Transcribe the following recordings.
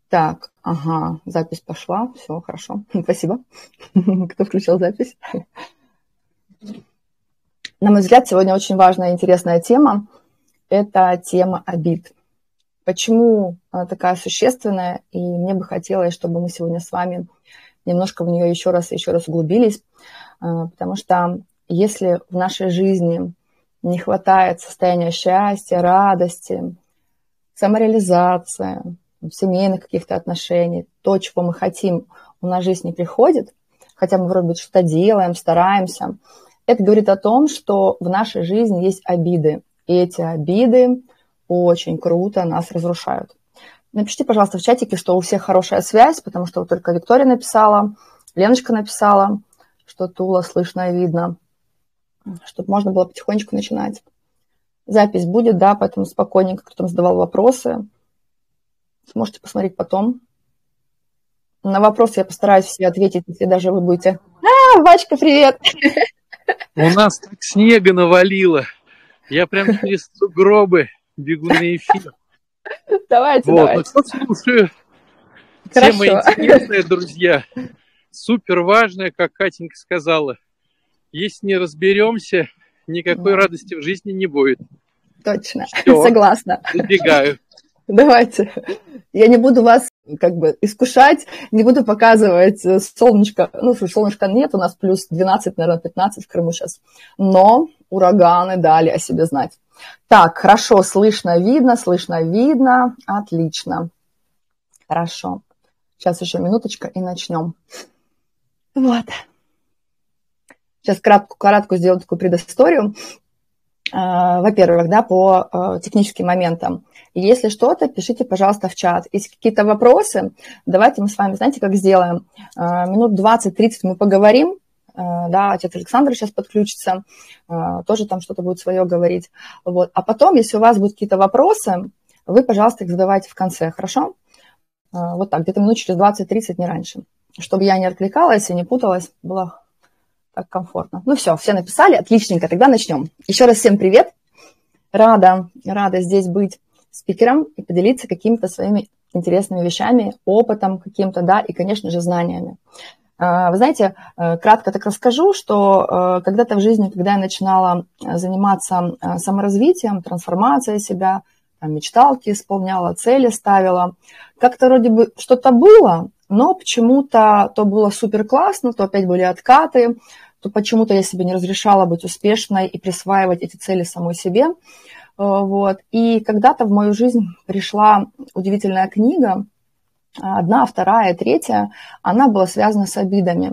Так, ага, запись пошла, все, хорошо, спасибо. Кто включил запись? На мой взгляд, сегодня очень важная и интересная тема – это тема обид. Почему она такая существенная, и мне бы хотелось, чтобы мы сегодня с вами немножко в нее еще раз углубились, потому что если в нашей жизни не хватает состояния счастья, радости, самореализации, семейных каких-то отношений, то, чего мы хотим, у нас жизнь не приходит, хотя мы вроде бы что-то делаем, стараемся, это говорит о том, что в нашей жизни есть обиды, и эти обиды очень круто нас разрушают. Напишите, пожалуйста, в чатике, что у всех хорошая связь, потому что вот только Виктория написала, Леночка написала, что Тула слышно и видно, чтобы можно было потихонечку начинать. Запись будет, да, поэтому спокойненько, кто там задавал вопросы, сможете посмотреть потом. На вопросы я постараюсь все ответить, если даже вы будете... Вачка, привет! У нас так снега навалило. Я прям через сугробы бегу на эфир. Давайте. Ну что слушаю? Хорошо. Тема интересная, друзья. Супер важная, как Катенька сказала. Если не разберемся, никакой радости в жизни не будет. Точно, Всё, согласна. забегаю. Давайте. Я не буду вас искушать, не буду показывать солнышко. Ну, солнышка нет, у нас плюс 12, наверное, 15 в Крыму сейчас. Но ураганы дали о себе знать. Так, хорошо, слышно, видно. Отлично. Хорошо. Сейчас еще минуточка и начнем. Вот. Сейчас кратко сделаю такую предысторию. Во-первых, да, по техническим моментам. Если что-то, пишите, пожалуйста, в чат. Если какие-то вопросы, давайте мы с вами, знаете, как сделаем? Минут 20-30 мы поговорим. Да, отец Александр сейчас подключится, тоже там что-то будет свое говорить. Вот. А потом, если у вас будут какие-то вопросы, вы, пожалуйста, их задавайте в конце, хорошо? Вот так, где-то минут через 20-30, не раньше. Чтобы я не отвлекалась и не путалась, было... так комфортно. Ну все написали, отличненько, тогда начнем. Еще раз всем привет. Рада здесь быть спикером и поделиться какими-то своими интересными вещами, опытом каким-то, да, и, конечно же, знаниями. Вы знаете, кратко так расскажу, что когда-то в жизни, когда я начинала заниматься саморазвитием, трансформацией себя, мечталки исполняла, цели ставила, как-то вроде бы что-то было, но почему-то то было супер классно, то опять были откаты, то почему-то я себе не разрешала быть успешной и присваивать эти цели самой себе. Вот. И когда-то в мою жизнь пришла удивительная книга, 1, 2, 3, она была связана с обидами.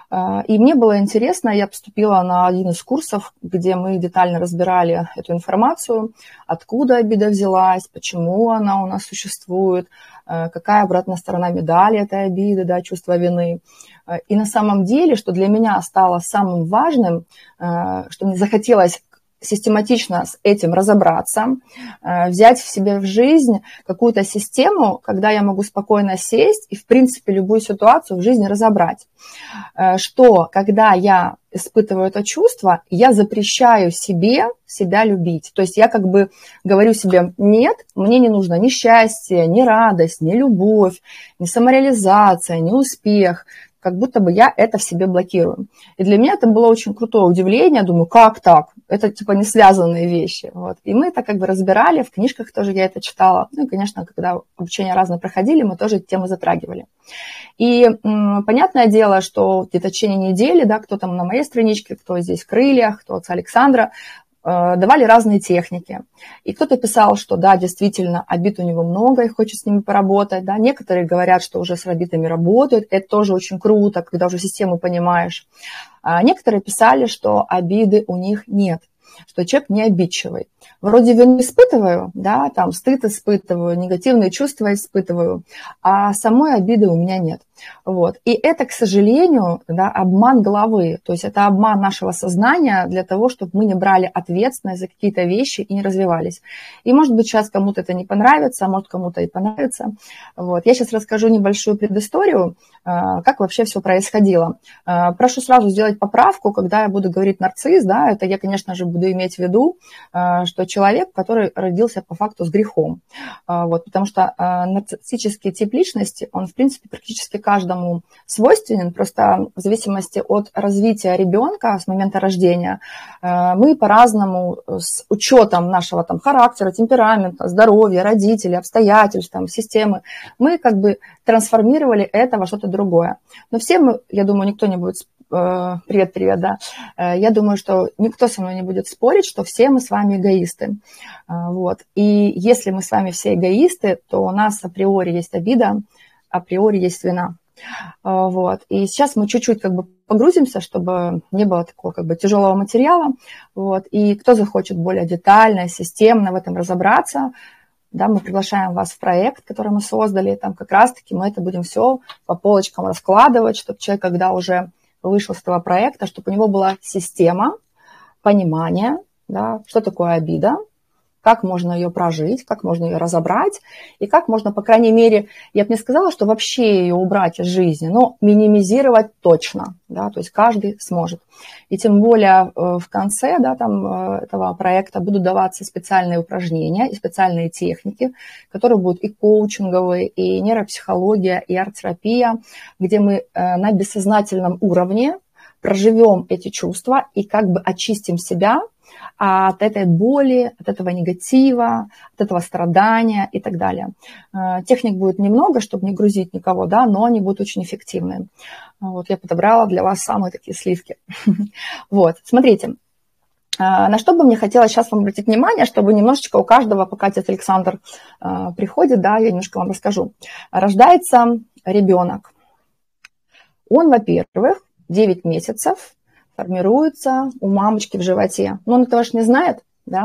И мне было интересно, я поступила на один из курсов, где мы детально разбирали эту информацию, откуда обида взялась, почему она у нас существует, какая обратная сторона медали этой обиды, да, чувство вины. И на самом деле, что для меня стало самым важным, что мне захотелось систематично с этим разобраться, взять в себе в жизнь какую-то систему, когда я могу спокойно сесть и, в принципе, любую ситуацию в жизни разобрать. Что, когда я испытываю это чувство, я запрещаю себе себя любить. То есть я говорю себе, нет, мне не нужно ни счастье, ни радость, ни любовь, ни самореализация, ни успех. Как будто бы я это в себе блокирую. И для меня это было очень крутое удивление. Думаю, как так? Это не связанные вещи. Вот. И мы это разбирали, в книжках тоже я это читала. Ну и, конечно, когда обучение разное проходили, мы тоже эти темы затрагивали. И понятное дело, что где-то в течение недели, да, кто там на моей страничке, кто здесь в Крыльях, кто отца Александра, давали разные техники. И кто-то писал, что да, действительно, обид у него много и хочет с ними поработать. Да. Некоторые говорят, что уже с обидами работают. Это тоже очень круто, когда уже систему понимаешь. А некоторые писали, что обиды у них нет, что человек не обидчивый. Вроде вину испытываю, да, там стыд испытываю, негативные чувства испытываю, а самой обиды у меня нет. Вот. И это, к сожалению, да, обман головы, то есть это обман нашего сознания для того, чтобы мы не брали ответственность за какие-то вещи и не развивались. И, может быть, сейчас кому-то это не понравится, а может, кому-то и понравится. Вот. Я сейчас расскажу небольшую предысторию, как вообще все происходило. Прошу сразу сделать поправку, когда я буду говорить нарцисс, да, это я, конечно же, буду иметь в виду, что человек, который родился по факту с грехом. Вот, потому что нарциссический тип личности, он, в принципе, практически каждому свойственен, просто в зависимости от развития ребенка с момента рождения, мы по-разному, с учетом нашего там характера, темперамента, здоровья, родителей, обстоятельств, там, системы, мы как бы трансформировали это во что-то другое. Но все мы, я думаю, никто не будет... Привет, да. Я думаю, что никто со мной не будет спорить, что все мы с вами эгоисты. Вот. И если мы с вами все эгоисты, то у нас априори есть обида, априори есть вина. Вот. И сейчас мы чуть-чуть как бы погрузимся, чтобы не было такого как бы тяжелого материала. Вот. И кто захочет более детально, системно в этом разобраться, да, мы приглашаем вас в проект, который мы создали. Там как раз-таки мы это будем все по полочкам раскладывать, чтобы человек, когда уже вышел с этого проекта, чтобы у него была система понимания, да, что такое обида, как можно ее прожить, как можно ее разобрать, и как можно, по крайней мере, я бы не сказала, что вообще ее убрать из жизни, но минимизировать точно, да, то есть каждый сможет. И тем более в конце, да, там, этого проекта будут даваться специальные упражнения и специальные техники, которые будут и коучинговые, и нейропсихология, и арт-терапия, где мы на бессознательном уровне проживем эти чувства и как бы очистим себя от этой боли, от этого негатива, от этого страдания и так далее. Техник будет немного, чтобы не грузить никого, да, но они будут очень эффективны. Вот я подобрала для вас самые такие сливки. Вот, смотрите, на что бы мне хотелось сейчас вам обратить внимание, чтобы немножечко у каждого, пока отец Александр приходит, да, я немножко вам расскажу. Рождается ребенок. Он, во-первых, 9 месяцев формируется у мамочки в животе. Но он этого же не знает, да?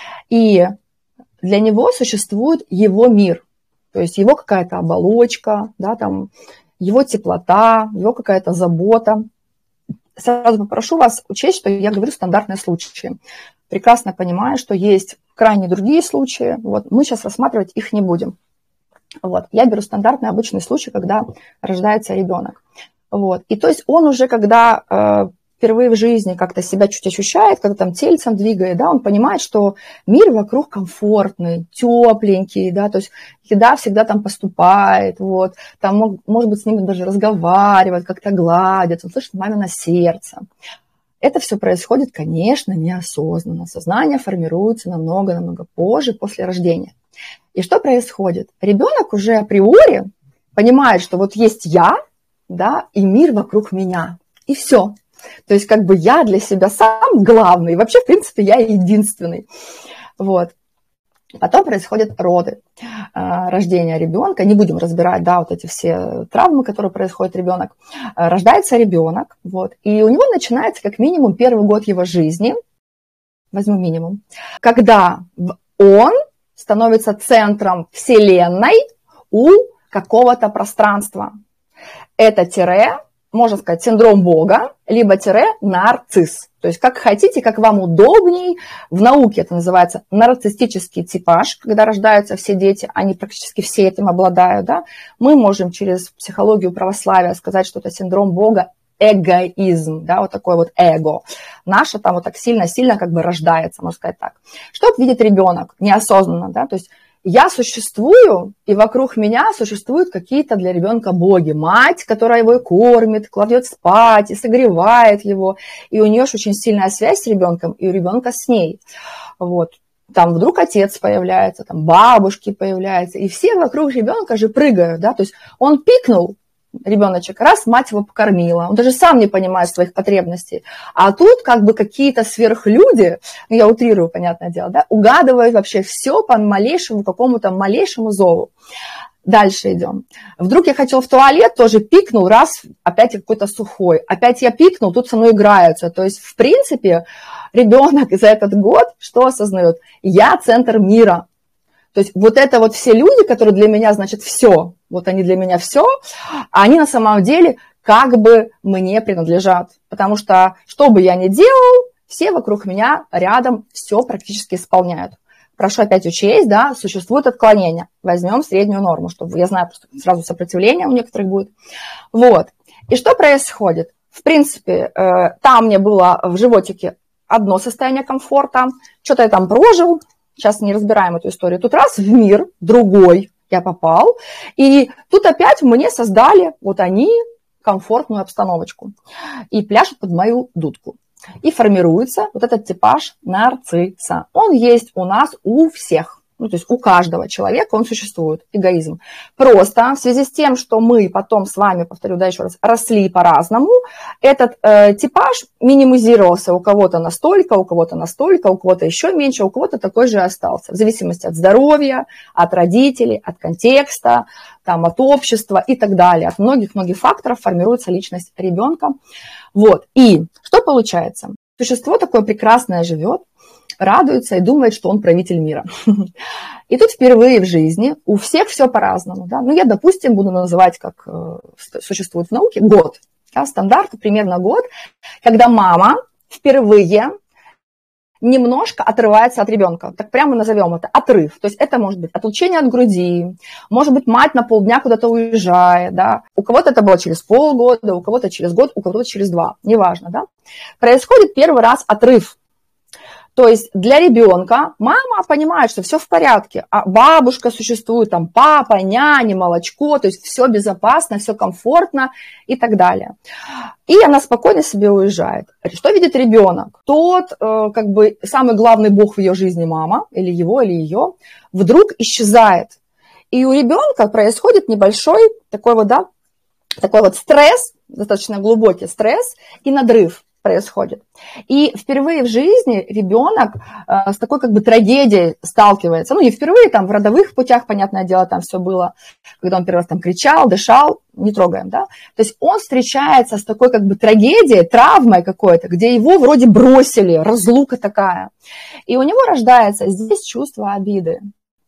И для него существует его мир, то есть его какая-то оболочка, да, там, его теплота, его какая-то забота. Сразу попрошу вас учесть, что я говорю стандартные случаи. Прекрасно понимаю, что есть крайне другие случаи. Вот, мы сейчас рассматривать их не будем. Вот, я беру стандартный обычный случай, когда рождается ребенок. Вот, и то есть он уже, когда впервые в жизни как-то себя чуть ощущает, когда там тельцем двигает, да, он понимает, что мир вокруг комфортный, тепленький, да, то есть еда всегда там поступает, вот, там может быть с ними даже разговаривать, как-то гладят, он слышит мамино сердце. Это все происходит, конечно, неосознанно. Сознание формируется намного-намного позже, после рождения. И что происходит? Ребенок уже априори понимает, что вот есть я, да, и мир вокруг меня, и все. То есть как бы я для себя сам главный, и вообще, в принципе, я единственный. Вот. Потом происходят роды, рождение ребенка. Не будем разбирать, да, вот эти все травмы, которые происходят ребенок. Рождается ребенок, вот, и у него начинается как минимум первый год его жизни, возьму минимум, когда он становится центром вселенной у какого-то пространства. Это тире, можно сказать, синдром Бога, либо тире нарцисс. То есть как хотите, как вам удобней. В науке это называется нарциссический типаж, когда рождаются все дети, они практически все этим обладают. Да? Мы можем через психологию православия сказать, что это синдром Бога, эгоизм, да, вот такой вот эго. Наше там вот так сильно-сильно как бы рождается, можно сказать так. Что видит ребенок неосознанно, да, то есть я существую, и вокруг меня существуют какие-то для ребенка боги. Мать, которая его и кормит, кладет спать и согревает его. И у нее же очень сильная связь с ребенком, и у ребенка с ней. Вот. Там вдруг отец появляется, там бабушки появляются, и все вокруг ребенка же прыгают, да, то есть он пикнул, ребеночек, раз мать его покормила, он даже сам не понимает своих потребностей, а тут как бы какие-то сверхлюди, ну я утрирую, понятное дело, да, угадывают вообще все по малейшему, какому-то малейшему зову. Дальше идем. Вдруг я хотел в туалет, тоже пикнул, раз, опять какой-то сухой, опять я пикнул, тут со мной играются, то есть в принципе ребенок за этот год что осознает? Я центр мира. То есть вот это вот все люди, которые для меня, значит, все, вот они для меня все, а они на самом деле как бы мне принадлежат. Потому что, что бы я ни делал, все вокруг меня рядом все практически исполняют. Прошу опять учесть, да, существует отклонение. Возьмем среднюю норму, чтобы, я знаю, просто сразу сопротивление у некоторых будет. Вот. И что происходит? В принципе, там мне было в животике одно состояние комфорта, что-то я там прожил, сейчас не разбираем эту историю, тут раз в мир другой я попал, и тут опять мне создали, вот они, комфортную обстановочку, и пляшут под мою дудку. И формируется вот этот типаж нарцисса. Он есть у нас у всех. Ну, то есть у каждого человека он существует, эгоизм. Просто в связи с тем, что мы потом с вами, повторю, да, еще раз, росли по-разному, этот типаж минимизировался у кого-то настолько, у кого-то еще меньше, у кого-то такой же остался. В зависимости от здоровья, от родителей, от контекста, там, от общества и так далее. От многих-многих факторов формируется личность ребенка. Вот. И что получается? Существо такое прекрасное живет, радуется и думает, что он правитель мира. И тут впервые в жизни у всех все по-разному. Да? Ну, я, допустим, буду называть, как существует в науке, год. Да? Стандарт примерно год, когда мама впервые немножко отрывается от ребенка. Так прямо назовем это отрыв. То есть это может быть отлучение от груди, может быть, мать на полдня куда-то уезжает. Да? У кого-то это было через полгода, у кого-то через год, у кого-то через 2. Неважно. Да? Происходит первый раз отрыв. То есть для ребенка мама понимает, что все в порядке, а бабушка существует, там папа, няня, молочко, то есть все безопасно, все комфортно и так далее. И она спокойно себе уезжает. Что видит ребенок? Тот, как бы самый главный бог в ее жизни, мама, или его, или ее, вдруг исчезает. И у ребенка происходит небольшой такой вот стресс, достаточно глубокий стресс и надрыв происходит. И впервые в жизни ребенок с такой как бы трагедией сталкивается. Ну, не впервые, там в родовых путях, понятное дело, там все было, когда он первый раз там кричал, дышал, не трогаем, да. То есть он встречается с такой как бы трагедией, травмой какой-то, где его вроде бросили, разлука такая. И у него рождается здесь чувство обиды.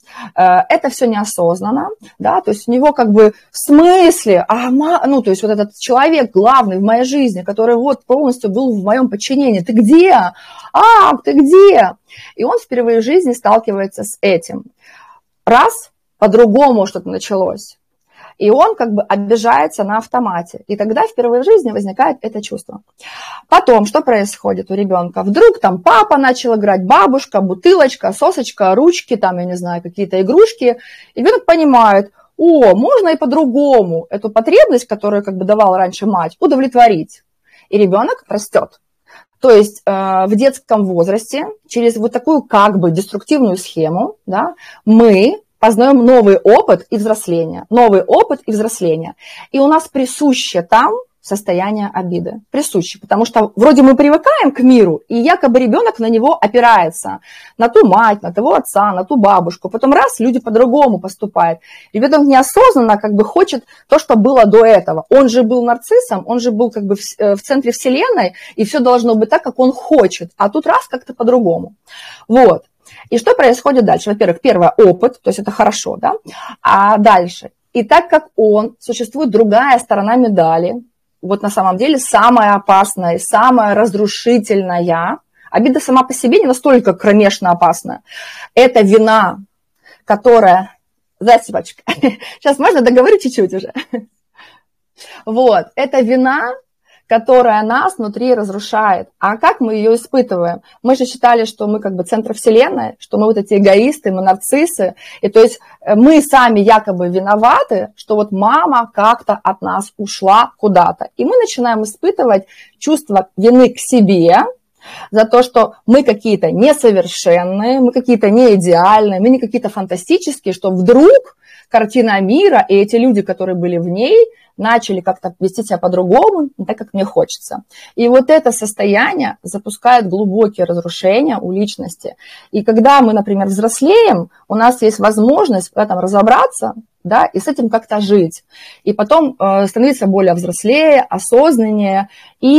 Это все неосознанно, да, то есть у него как бы в смысле, ну, то есть вот этот человек главный в моей жизни, который вот полностью был в моем подчинении, ты где? Ты где? И он впервые в жизни сталкивается с этим. Раз, по-другому что-то началось. И он как бы обижается на автомате. И тогда впервые в жизни возникает это чувство. Потом, что происходит у ребенка? Вдруг там папа начал играть, бабушка, бутылочка, сосочка, ручки, там, я не знаю, какие-то игрушки. И ребенок понимает, можно и по-другому эту потребность, которую как бы давала раньше мать, удовлетворить. И ребенок растет. То есть в детском возрасте через вот такую как бы деструктивную схему, да, мы познаем новый опыт и взросление. И у нас присуще там состояние обиды. Присуще, потому что вроде мы привыкаем к миру, и якобы ребенок на него опирается. На ту мать, на того отца, на ту бабушку. Потом раз, люди по-другому поступают. Ребенок неосознанно как бы хочет то, что было до этого. Он же был нарциссом, он же был как бы в центре вселенной, и все должно быть так, как он хочет. А тут раз как-то по-другому. Вот. И что происходит дальше? Во-первых, первое – опыт, то есть это хорошо, да? А дальше. И так как существует другая сторона медали, вот на самом деле самая опасная и самая разрушительная, обида сама по себе не настолько кромешно опасна, это вина, которая… Засипочка. Сейчас можно договорить чуть-чуть уже? Вот, это вина, которая нас внутри разрушает. А как мы ее испытываем? Мы же считали, что мы как бы центр вселенной, что мы вот эти эгоисты, мы нарциссы. И то есть мы сами якобы виноваты, что вот мама как-то от нас ушла куда-то. И мы начинаем испытывать чувство вины к себе за то, что мы какие-то несовершенные, мы какие-то не идеальные, мы не какие-то фантастические, что вдруг картина мира и эти люди, которые были в ней, начали как-то вести себя по-другому, не так, как мне хочется. И вот это состояние запускает глубокие разрушения у личности. И когда мы, например, взрослеем, у нас есть возможность в этом разобраться, да, и с этим как-то жить. И потом становиться более взрослее, осознаннее. И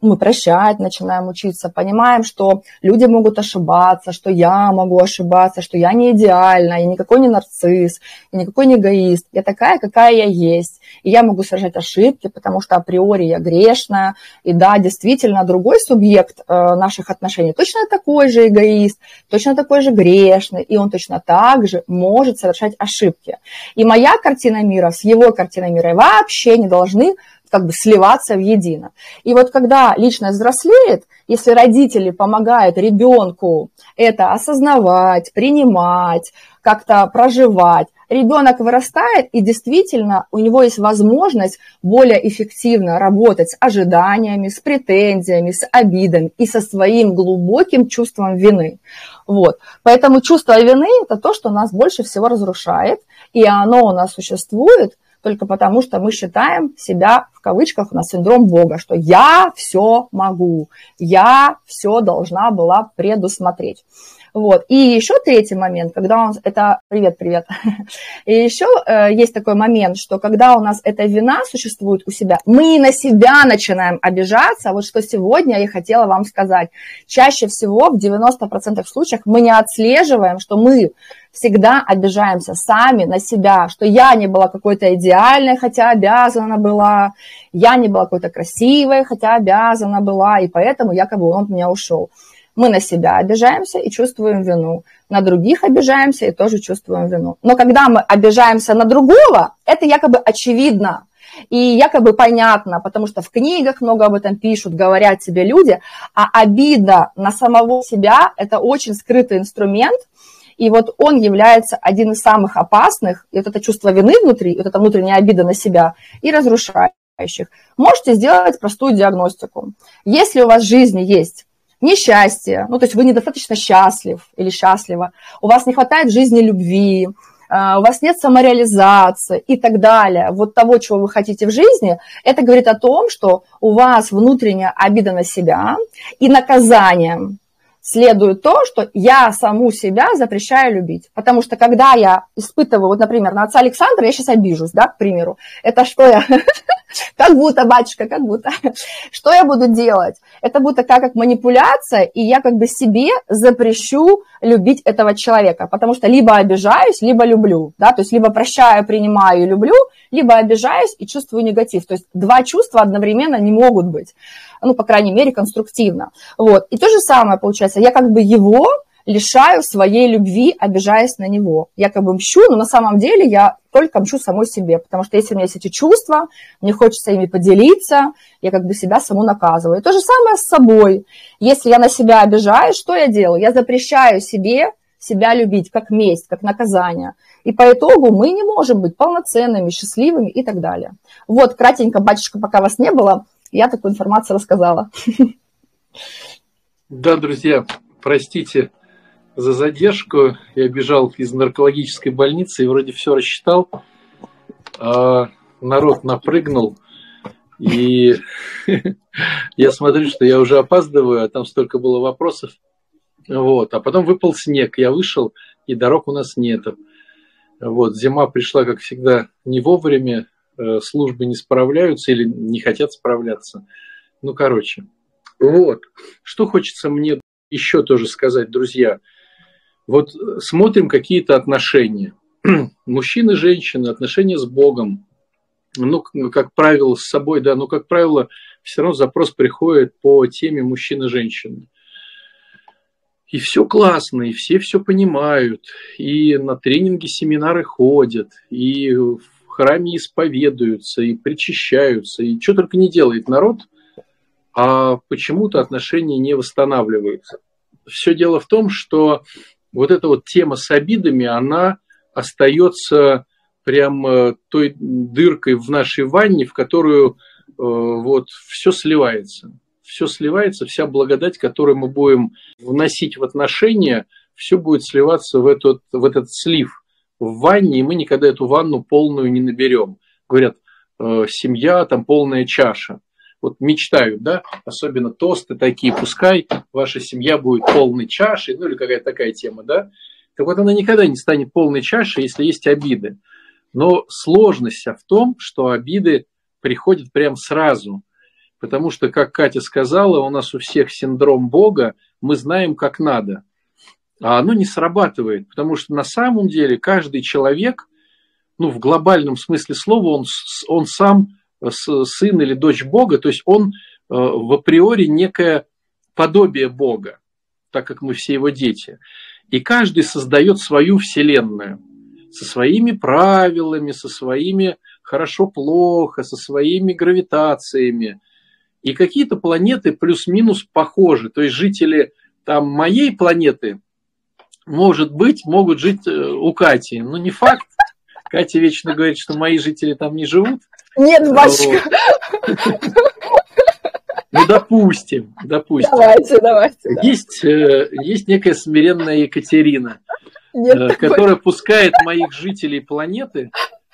мы прощать начинаем учиться, понимаем, что люди могут ошибаться, что я могу ошибаться, что я не идеальна, я никакой не нарцисс, я никакой не эгоист, я такая, какая я есть, и я могу совершать ошибки, потому что априори я грешная, и да, действительно, другой субъект наших отношений точно такой же эгоист, точно такой же грешный, и он точно так же может совершать ошибки. И моя картина мира с его картиной мира вообще не должны как бы сливаться в едино. И вот когда личность взрослеет, если родители помогают ребенку это осознавать, принимать, как-то проживать, ребенок вырастает, и действительно у него есть возможность более эффективно работать с ожиданиями, с претензиями, с обидами и со своим глубоким чувством вины. Вот. Поэтому чувство вины – это то, что нас больше всего разрушает, и оно у нас существует только потому, что мы считаем себя, в кавычках, у нас синдром Бога, что я все могу, я все должна была предусмотреть. Вот. И еще третий момент, когда он, это, привет, и еще есть такой момент, что когда у нас эта вина существует у себя, мы на себя начинаем обижаться, вот что сегодня я хотела вам сказать. Чаще всего, в 90% случаев, мы не отслеживаем, что мы всегда обижаемся сами на себя, что я не была какой-то идеальной, хотя обязана была, я не была какой-то красивой, хотя обязана была, и поэтому якобы он от меня ушел. Мы на себя обижаемся и чувствуем вину, на других обижаемся и тоже чувствуем вину. Но когда мы обижаемся на другого, это якобы очевидно и якобы понятно, потому что в книгах много об этом пишут, говорят тебе люди, а обида на самого себя – это очень скрытый инструмент, и вот он является один из самых опасных, и вот это чувство вины внутри, вот эта внутренняя обида на себя, и разрушающих. Можете сделать простую диагностику. Если у вас в жизни есть несчастье, ну, то есть вы недостаточно счастлив или счастлива, у вас не хватает в жизни любви, у вас нет самореализации и так далее, вот того, чего вы хотите в жизни, это говорит о том, что у вас внутренняя обида на себя, и наказанием следует то, что я саму себя запрещаю любить. Потому что когда я испытываю, вот, например, на отца Александра, я сейчас обижусь, да, к примеру, это что я... Как будто, батюшка, как будто. Что я буду делать? Это будет такая как манипуляция, и я как бы себе запрещу любить этого человека, потому что либо обижаюсь, либо люблю, да, то есть либо прощаю, принимаю и люблю, либо обижаюсь и чувствую негатив. То есть два чувства одновременно не могут быть, ну, по крайней мере, конструктивно. Вот. И то же самое получается, я как бы его лишаю своей любви, обижаясь на него. Я как бы мщу, но на самом деле я только мщу самой себе, потому что если у меня есть эти чувства, мне хочется ими поделиться, я как бы себя саму наказываю. И то же самое с собой. Если я на себя обижаюсь, что я делаю? Я запрещаю себе себя любить, как месть, как наказание. И по итогу мы не можем быть полноценными, счастливыми и так далее. Вот, кратенько, батюшка, пока вас не было, я такую информацию рассказала. Да, друзья, простите за задержку. Я бежал из наркологической больницы и вроде все рассчитал. А народ напрыгнул. И я смотрю, что я уже опаздываю, а там столько было вопросов. Вот. А потом выпал снег. Я вышел, и дорог у нас нету. Вот. Зима пришла, как всегда, не вовремя. Службы не справляются или не хотят справляться. Ну, короче. Вот. Что хочется мне еще тоже сказать, друзья. Вот смотрим какие-то отношения. Мужчины, женщины, отношения с Богом. Ну, как правило, с собой, да, но, как правило, все равно запрос приходит по теме мужчина-женщина. И все классно, и все понимают, и на тренинги, семинары ходят, и в храме исповедуются, и причащаются, и что только не делает народ, а почему-то отношения не восстанавливаются. Все дело в том, что вот эта вот тема с обидами, она остается прям той дыркой в нашей ванне, в которую вот все сливается. Все сливается, вся благодать, которую мы будем вносить в отношения, все будет сливаться в этот слив в ванне, и мы никогда эту ванну полную не наберем. Говорят, семья, там полная чаша. Вот мечтают, да, особенно тосты такие, пускай ваша семья будет полной чашей, ну или какая-то такая тема, да. Так вот, она никогда не станет полной чашей, если есть обиды. Но сложность в том, что обиды приходят прям сразу. потому что, как Катя сказала, у нас у всех синдром Бога, мы знаем, как надо. А оно не срабатывает, потому что на самом деле каждый человек, ну, в глобальном смысле слова, он сам сын или дочь Бога, то есть он в априори некое подобие Бога, так как мы все его дети. И каждый создает свою вселенную со своими правилами, со своими хорошо-плохо, со своими гравитациями. И какие-то планеты плюс-минус похожи. То есть жители там моей планеты, может быть, могут жить у Кати. Но не факт. Катя вечно говорит, что мои жители там не живут. Нет, батюшка. Ну, допустим. Давайте. Есть некая смиренная Екатерина, которая пускает моих жителей планеты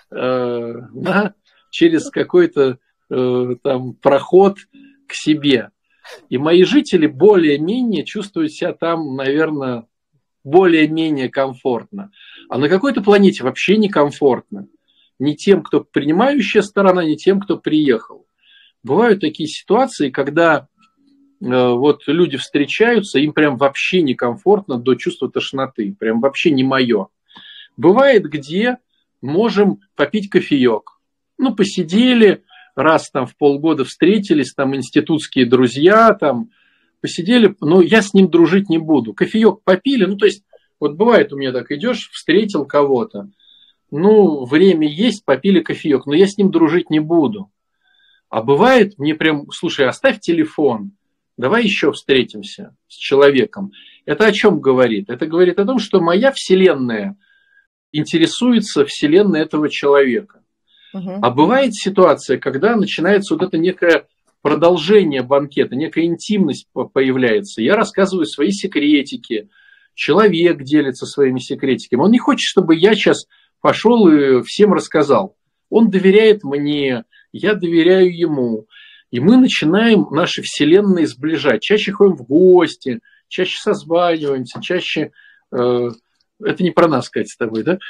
через какой-то там проход к себе. И мои жители более-менее чувствуют себя там, наверное, более-менее комфортно. А на какой-то планете вообще некомфортно. Ни тем, кто принимающая сторона, ни тем, кто приехал. Бывают такие ситуации, когда вот люди встречаются, им прям вообще некомфортно до чувства тошноты. Прям вообще не мое. Бывает, где можем попить кофеек. Ну, посидели, раз там в полгода встретились, там институтские друзья, там посидели, но я с ним дружить не буду. Кофеек попили, ну, то есть, вот бывает у меня так, идешь, встретил кого-то, ну, время есть, попили кофеек, но я с ним дружить не буду. А бывает, мне прям, слушай, оставь телефон, давай еще встретимся с человеком. Это о чем говорит? Это говорит о том, что моя вселенная интересуется вселенной этого человека. А бывает ситуация, когда начинается вот это некое продолжение банкета, некая интимность появляется. Я рассказываю свои секретики, человек делится своими секретиками. Он не хочет, чтобы я сейчас пошел и всем рассказал. Он доверяет мне, я доверяю ему. И мы начинаем наши вселенные сближать. Чаще ходим в гости, чаще созваниваемся, чаще... Это не про нас, Катя, с тобой, да?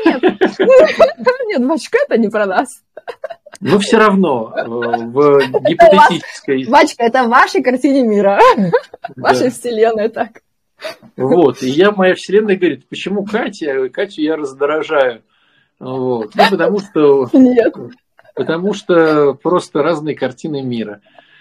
Нет, батюшка, это не про нас. Но все равно в гипотетической... Батюшка, это в вашей картине мира, вашей вселенной так. Вот, и моя вселенная говорит, почему Катя? Катю я раздражаю. Вот. Ну, потому что... Нет. Потому что просто разные картины мира.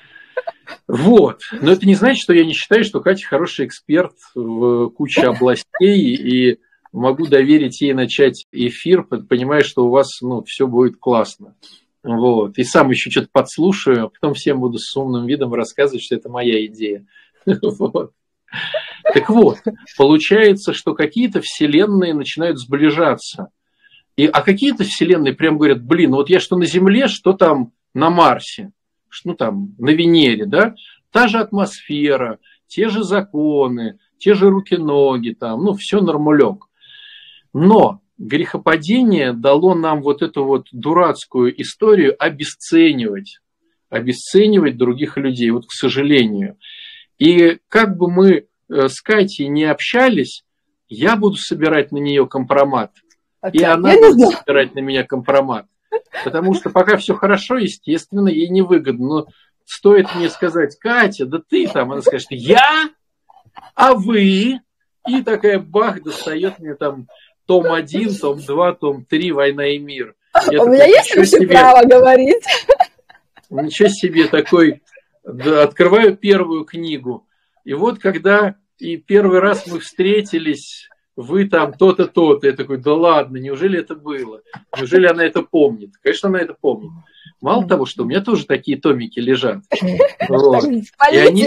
Вот. Но это не значит, что я не считаю, что Катя хороший эксперт в куче областей, и могу доверить ей начать эфир, понимая, что у вас все будет классно. Вот. И сам еще что-то подслушаю, а потом всем буду с умным видом рассказывать, что это моя идея. Вот. Так вот, получается, что какие-то вселенные начинают сближаться. А какие-то вселенные прям говорят, блин, вот я что на Земле, что там на Марсе, что там на Венере, да? Та же атмосфера, те же законы, те же руки-ноги, там, все нормулек. Но грехопадение дало нам вот эту вот дурацкую историю обесценивать других людей, вот к сожалению. И как бы мы с Катей не общались, я буду собирать на нее компромат. И она будет собирать на меня компромат. Потому что пока все хорошо, естественно, ей невыгодно. Но стоит мне сказать, Катя, да ты там, она скажет, я? А вы? И такая бах, достает мне там том 1, том 2, том 3 «Война и мир». У меня есть вообще право говорить? Ничего себе, такой, да, открываю первую книгу. И вот когда и первый раз мы встретились... Вы там то-то, то-то. Я такой, да ладно, неужели это было? Неужели она это помнит? Конечно, она это помнит. Мало того, что у меня тоже такие томики лежат. Вот. И они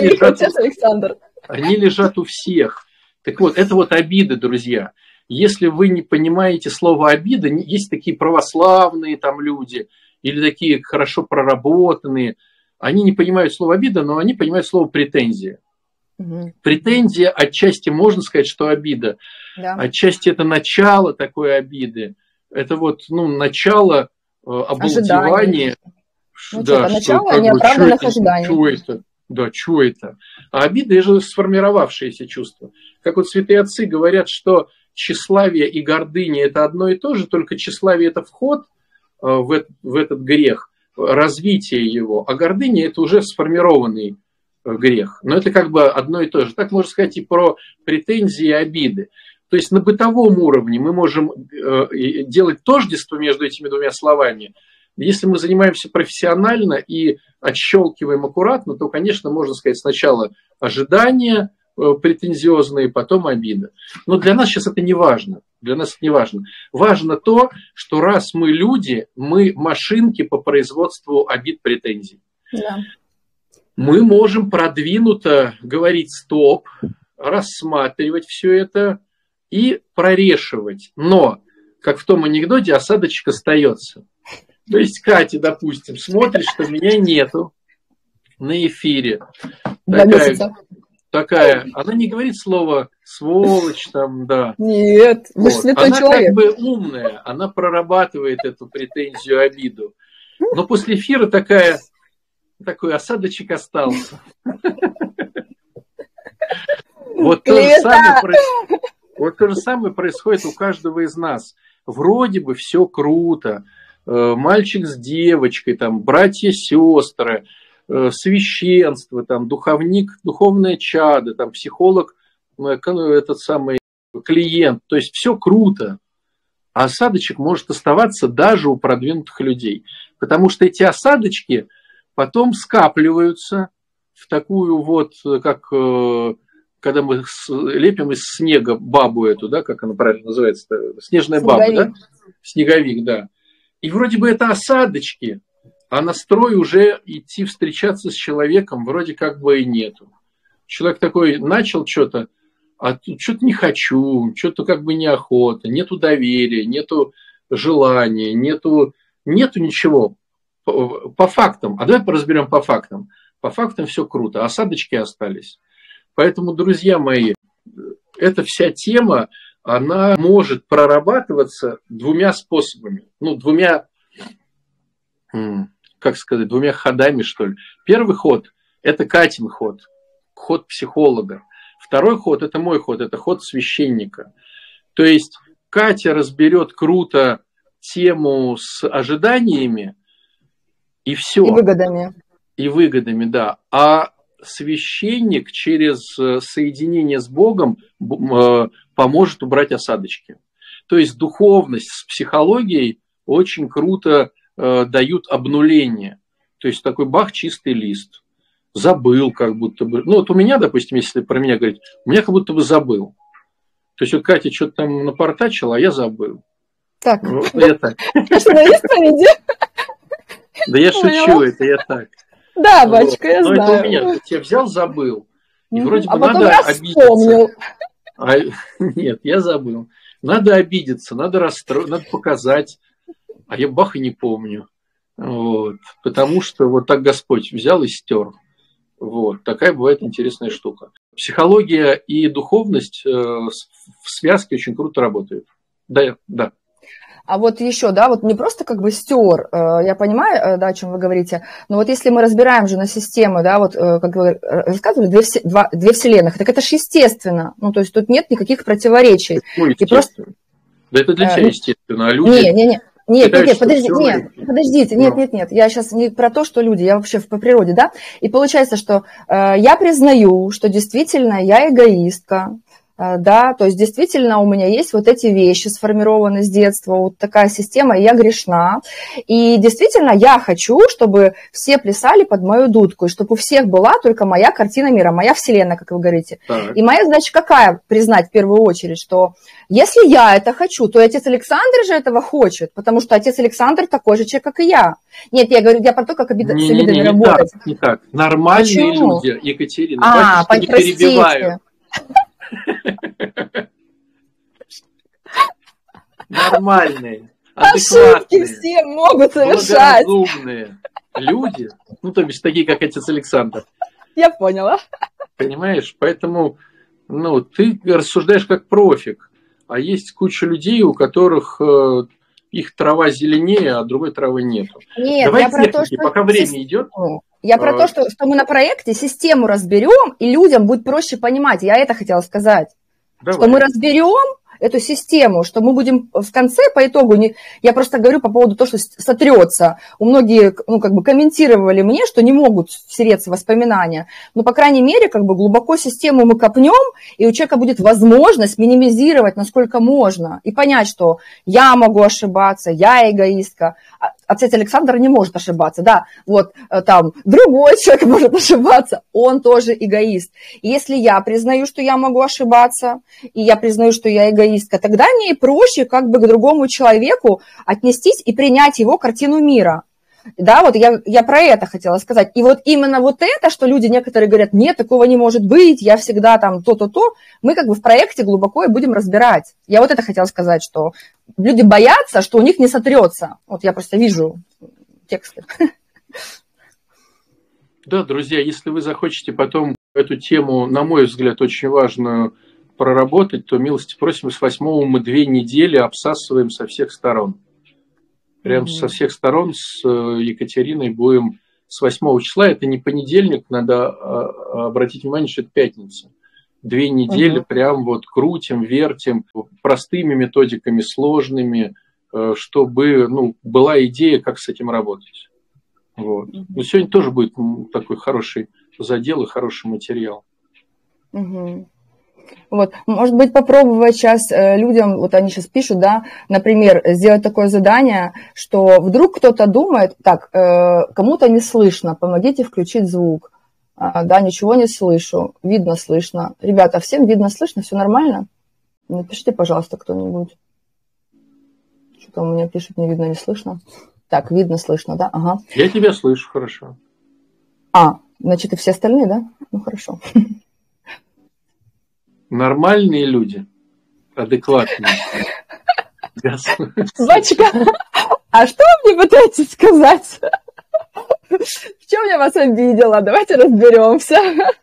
лежат у всех. Так вот, это вот обиды, друзья. Если вы не понимаете слово обида, есть такие православные там люди, или такие хорошо проработанные, они не понимают слово обида, но они понимают слово претензия. Претензия отчасти можно сказать, что обида. Да. Отчасти это начало такой обиды. Это вот начало обалдевания. Да, начало неоправданных ожиданий. Чего это? Да, чего это? А обида – это же сформировавшееся чувство. Как вот святые отцы говорят, что тщеславие и гордыня – это одно и то же, только тщеславие – это вход в этот грех, развитие его, а гордыня – это уже сформированный грех. Но это как бы одно и то же. Так можно сказать и про претензии и обиды. То есть на бытовом уровне мы можем делать тождество между этими двумя словами. Если мы занимаемся профессионально и отщелкиваем аккуратно, то, конечно, можно сказать сначала ожидания претензиозные, потом обида. Но для нас сейчас это не важно. Для нас это не важно. Важно то, что раз мы люди, мы машинки по производству обид, претензий. Да. Мы можем продвинуто говорить стоп, рассматривать все это и прорешивать. Но, как в том анекдоте, осадочек остается. То есть Катя, допустим, смотрит, что меня нету на эфире. Такая, она не говорит слово сволочь там, да. Нет, вы же святой она человек. Как бы умная, она прорабатывает эту претензию, обиду. Но после эфира такой осадочек остался. Вот то же самое происходит у каждого из нас. Вроде бы все круто. Мальчик с девочкой, там, братья, сестры, священство, там, духовник, духовное чадо, там, психолог, этот самый клиент. То есть все круто. А осадочек может оставаться даже у продвинутых людей. Потому что эти осадочки потом скапливаются в такую вот, как когда мы лепим из снега бабу эту, да, как она правильно называется, снежная баба, да? Снеговик, да. И вроде бы это осадочки, а настрой уже идти встречаться с человеком вроде как бы и нету. Человек такой начал что-то, а тут что-то не хочу, что-то как бы неохота, нету доверия, нету желания, нету ничего. По фактам. А давай поразберем по фактам. По фактам все круто, осадочки остались. Поэтому, друзья мои, эта вся тема, она может прорабатываться двумя способами. Ну, двумя ходами, что ли. Первый ход – это Катин ход, ход психолога. Второй ход – это мой ход, это ход священника. То есть Катя разберет круто тему с ожиданиями, и все. И выгодами, да. А священник через соединение с Богом поможет убрать осадочки. То есть духовность с психологией очень круто дают обнуление. То есть такой бах, чистый лист. Забыл как будто бы. Ну вот у меня, допустим, если про меня говорить, у меня как будто бы забыл. То есть вот Катя что-то там напортачила, а я забыл. Так. Вот, я так. Что на исповеди? Да я шучу, это я так. Да, батюшка, я знаю. Но это у меня. Я взял, забыл. И вроде бы надо обидеться. Нет, я забыл. Надо обидеться, надо расстроить, надо показать. А я бах и не помню. Вот. Потому что вот так Господь взял и стер. Вот. Такая бывает интересная штука. Психология и духовность в связке очень круто работают. Да. А вот еще, да, вот не просто как бы стер, я понимаю, да, о чем вы говорите, но вот если мы разбираем же на систему, да, вот, как вы рассказывали, две вселенных, так это же естественно, ну, то есть тут нет никаких противоречий. И просто... Да это для тебя естественно, а люди... Нет, подождите, нет, я сейчас не про то, что люди, я вообще по природе, да, и получается, что я признаю, что действительно я эгоистка, да, то есть действительно у меня есть вот эти вещи, сформированы с детства, вот такая система, и я грешна, и действительно я хочу, чтобы все плясали под мою дудку, и чтобы у всех была только моя картина мира, моя вселенная, как вы говорите. И моя задача какая? Признать в первую очередь, что если я это хочу, то и отец Александр же этого хочет, потому что отец Александр такой же человек, как и я. Нет, я говорю, я про то, как с обидами работать. Не так. Нормальные люди, Екатерина, не перебиваю. Нормальные, адекватные, ошибки все могут совершать, благоразумные люди, ну, то есть такие, как отец Александр. Я поняла. Понимаешь? Поэтому, ну, ты рассуждаешь как профик, а есть куча людей, у которых их трава зеленее, а другой травы нету. Нет, давай я про то, что... пока время идет. Я про то, что мы на проекте систему разберем, и людям будет проще понимать. Я это хотела сказать. Давай. Что мы разберем, эту систему, что мы будем в конце по итогу, я просто говорю по поводу того, что сотрется. У многих, ну, как бы комментировали мне, что не могут всереться воспоминания, но, по крайней мере, как бы глубоко систему мы копнем, и у человека будет возможность минимизировать, насколько можно, и понять, что я могу ошибаться, я эгоистка. Отец Александр не может ошибаться, да, вот там другой человек может ошибаться, он тоже эгоист. И если я признаю, что я могу ошибаться, и я признаю, что я эгоистка, тогда мне и проще как бы к другому человеку отнестись и принять его картину мира. Да, вот я про это хотела сказать. И вот именно вот это, что люди некоторые говорят, нет, такого не может быть, я всегда там то-то-то, мы как бы в проекте глубоко и будем разбирать. Я вот это хотела сказать, что люди боятся, что у них не сотрется. Вот я просто вижу тексты. Да, друзья, если вы захотите потом эту тему, на мой взгляд, очень важную проработать, то милости просим, с 8 мы 2 недели обсасываем со всех сторон. Прям со всех сторон с Екатериной будем с 8 числа. Это не понедельник, надо обратить внимание, что это пятница. 2 недели прям вот крутим, вертим простыми методиками, сложными, чтобы была идея, как с этим работать. Вот. Но сегодня тоже будет такой хороший задел и хороший материал. Вот, может быть, попробовать сейчас людям, вот они сейчас пишут, да, например, сделать такое задание, что вдруг кто-то думает, так, кому-то не слышно, помогите включить звук, да, ничего не слышу, видно, слышно. Ребята, всем видно, слышно, все нормально? Напишите, пожалуйста, кто-нибудь. Что-то у меня пишут, не видно, не слышно. Так, видно, слышно, да, ага. Я тебя слышу хорошо. Значит, и все остальные, да? Ну, хорошо. Нормальные люди, адекватные. Батюшка, а что вы мне пытаетесь сказать? В чем я вас обидела? Давайте разберемся.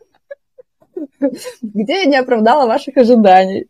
Где я не оправдала ваших ожиданий?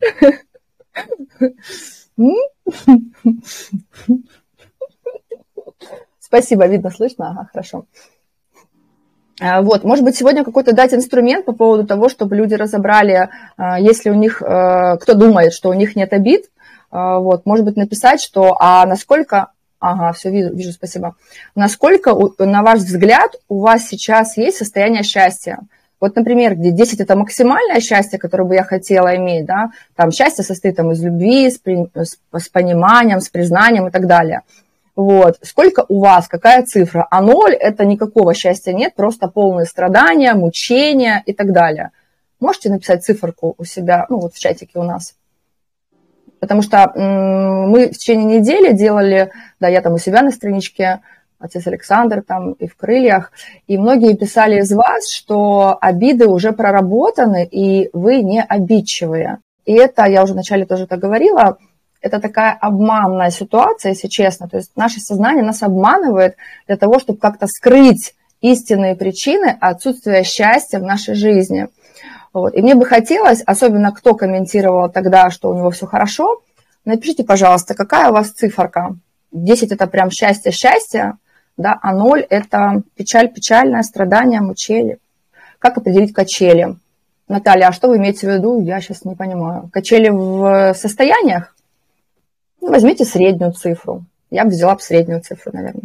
Спасибо, видно, слышно? Ага, хорошо. Вот, может быть, сегодня какой-то дать инструмент по поводу того, чтобы люди разобрали, если у них, кто думает, что у них нет обид, вот, может быть, написать, что, насколько, все, вижу, спасибо, насколько, на ваш взгляд, у вас сейчас есть состояние счастья. Вот, например, где 10 – это максимальное счастье, которое бы я хотела иметь, да, там счастье состоит там, из любви, с пониманием, с признанием и так далее. Вот. Сколько у вас, какая цифра? 0 – это никакого счастья нет, просто полные страдания, мучения и так далее. Можете написать циферку у себя, вот в чатике у нас? Потому что мы в течение недели делали, да, я там у себя на страничке, отец Александр там и в крыльях, и многие писали из вас, что обиды уже проработаны, и вы не обидчивые. И это, я уже вначале тоже это говорила, это такая обманная ситуация, если честно. То есть наше сознание нас обманывает для того, чтобы как-то скрыть истинные причины отсутствия счастья в нашей жизни. Вот. И мне бы хотелось, особенно кто комментировал тогда, что у него все хорошо, напишите, пожалуйста, какая у вас циферка. 10 – это прям счастье-счастье, да, а 0 – это печаль-печальное, страдание, мучение. Как определить качели? Наталья, а что вы имеете в виду? Я сейчас не понимаю. Качели в состояниях? Возьмите среднюю цифру. Я бы взяла среднюю цифру, наверное.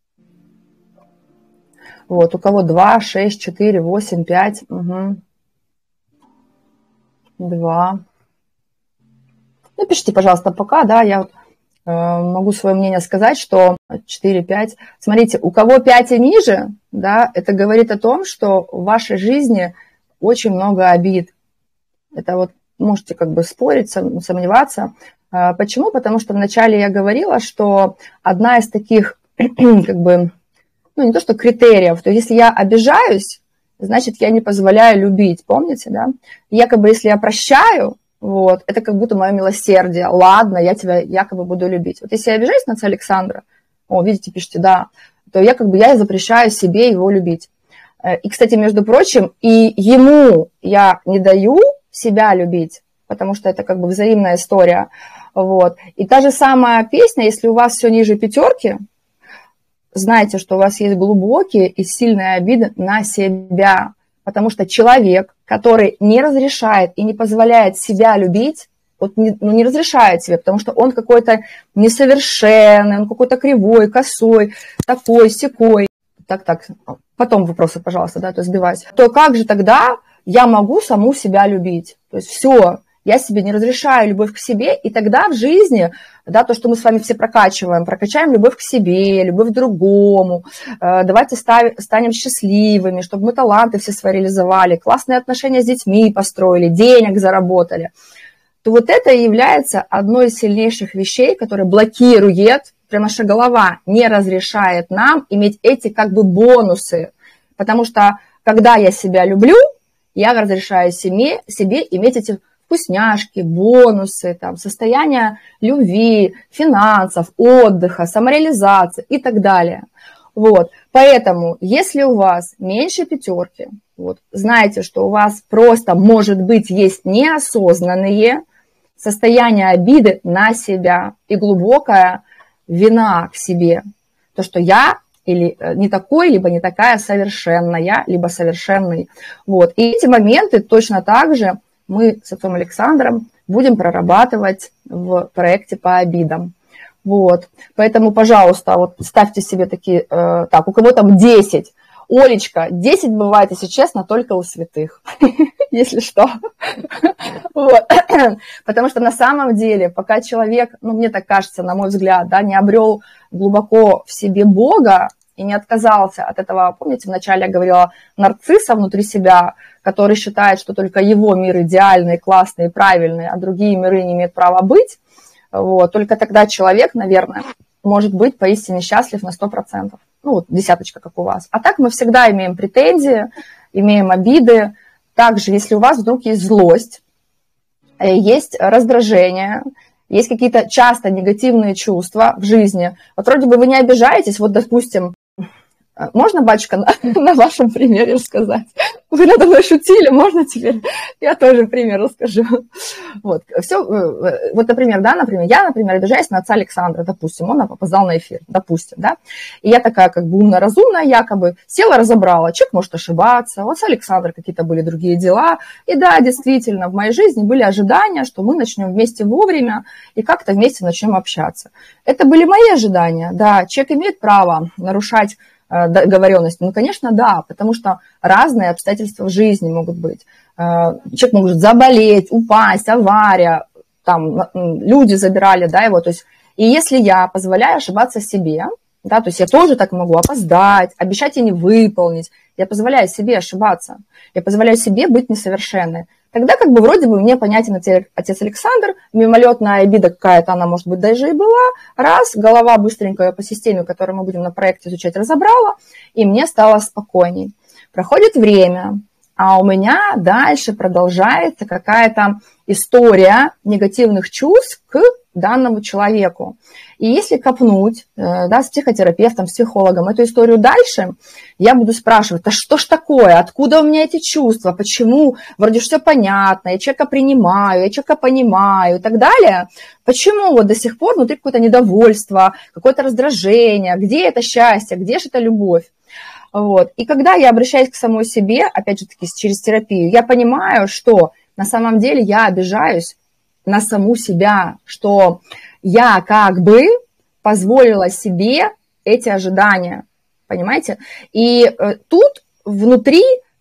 Вот, у кого 2, 6, 4, 8, 5. 2. Напишите, пожалуйста, пока, да, я могу свое мнение сказать, что 4, 5. Смотрите, у кого 5 и ниже, да, это говорит о том, что в вашей жизни очень много обид. Это вот можете как бы спорить, сомневаться. Почему? Потому что вначале я говорила, что одна из таких, как бы, не то что критериев, то есть если я обижаюсь, значит, я не позволяю любить, помните, да? Якобы, если я прощаю, вот, это как будто мое милосердие, ладно, я тебя якобы буду любить. Вот если я обижаюсь на отца Александра, видите, пишите, да, то я запрещаю себе его любить. И, кстати, между прочим, и ему я не даю себя любить, потому что это как бы взаимная история. Вот. И та же самая песня, если у вас все ниже 5, знайте, что у вас есть глубокие и сильные обиды на себя. Потому что человек, который не разрешает и не позволяет себя любить, вот не разрешает себе, потому что он какой-то несовершенный, он какой-то кривой, косой, такой, сякой. Так, потом вопросы, пожалуйста, да, то сбивать. То как же тогда я могу саму себя любить? То есть все, я себе не разрешаю любовь к себе, и тогда в жизни, да, то, что мы с вами все прокачаем любовь к себе, любовь к другому, давайте станем счастливыми, чтобы мы таланты все свои реализовали, классные отношения с детьми построили, денег заработали, то вот это и является одной из сильнейших вещей, которая блокирует, прям наша голова не разрешает нам иметь эти как бы бонусы, потому что когда я себя люблю, я разрешаю себе иметь эти вкусняшки, бонусы, там, состояние любви, финансов, отдыха, самореализации и так далее. Вот. Поэтому, если у вас меньше 5, вот, знайте, что у вас просто, может быть, есть неосознанные состояния обиды на себя и глубокая вина к себе. То, что я или не такой, либо не такая совершенная, либо совершенный. Вот. И эти моменты точно так же мы с отцом Александром будем прорабатывать в проекте по обидам. Вот. Поэтому, пожалуйста, вот ставьте себе такие, так, у кого там 10. Олечка, 10 бывает, если честно, только у святых, если что. Вот. Потому что на самом деле, пока человек, ну, мне так кажется, на мой взгляд, да, не обрел глубоко в себе Бога и не отказался от этого, помните, вначале я говорила, нарцисса внутри себя, который считает, что только его мир идеальный, классный, правильный, а другие миры не имеют права быть, вот, только тогда человек, наверное, может быть поистине счастлив на 100%. Ну, вот 10, как у вас. А так мы всегда имеем претензии, имеем обиды. Также, если у вас вдруг есть злость, есть раздражение, есть какие-то часто негативные чувства в жизни, вот вроде бы вы не обижаетесь, вот, допустим, можно, батюшка, на вашем примере рассказать? Вы надо мной шутили, можно теперь? Я тоже пример расскажу. Вот, все, вот, например, я, обижаюсь на отца Александра, допустим, он опоздал на эфир, допустим, да, и я такая как бы умно-разумная якобы, села, разобрала, человек может ошибаться, у отца Александра какие-то были другие дела, и да, действительно, в моей жизни были ожидания, что мы начнем вместе вовремя и как-то вместе начнем общаться. Это были мои ожидания, да, человек имеет право нарушать договоренности? Ну, конечно, да, потому что разные обстоятельства в жизни могут быть. Человек может заболеть, упасть, авария, там люди забирали, да, его. То есть, и если я позволяю ошибаться себе, да, то есть я тоже так могу опоздать, обещать и не выполнить, я позволяю себе ошибаться, я позволяю себе быть несовершенной. Тогда как бы вроде бы мне понятен отец Александр, мимолетная обида какая-то, она может быть даже и была, раз, голова быстренько по системе, которую мы будем на проекте изучать, разобрала, и мне стало спокойней. Проходит время, а у меня дальше продолжается какая-то история негативных чувств к данному человеку. И если копнуть, да, с психотерапевтом, с психологом эту историю дальше, я буду спрашивать, а что ж такое, откуда у меня эти чувства, почему, вроде все понятно, я человека принимаю, я человека понимаю и так далее, почему вот до сих пор внутри какое-то недовольство, какое-то раздражение, где это счастье, где же это любовь. Вот. И когда я обращаюсь к самой себе, опять же таки через терапию, я понимаю, что на самом деле я обижаюсь на саму себя, что я как бы позволила себе эти ожидания, понимаете? И тут внутри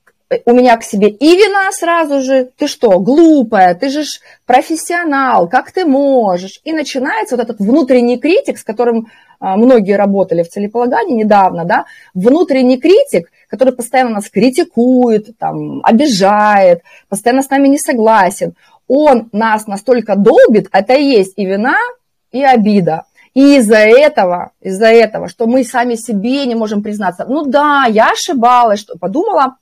у меня к себе и вина сразу же, ты что, глупая, ты же ж профессионал, как ты можешь? И начинается вот этот внутренний критик, с которым многие работали в целеполагании недавно, да, внутренний критик, который постоянно нас критикует, там, обижает, постоянно с нами не согласен, он нас настолько долбит, это и есть и вина, и обида. И из-за этого, что мы сами себе не можем признаться, ну да, я ошибалась, что подумала,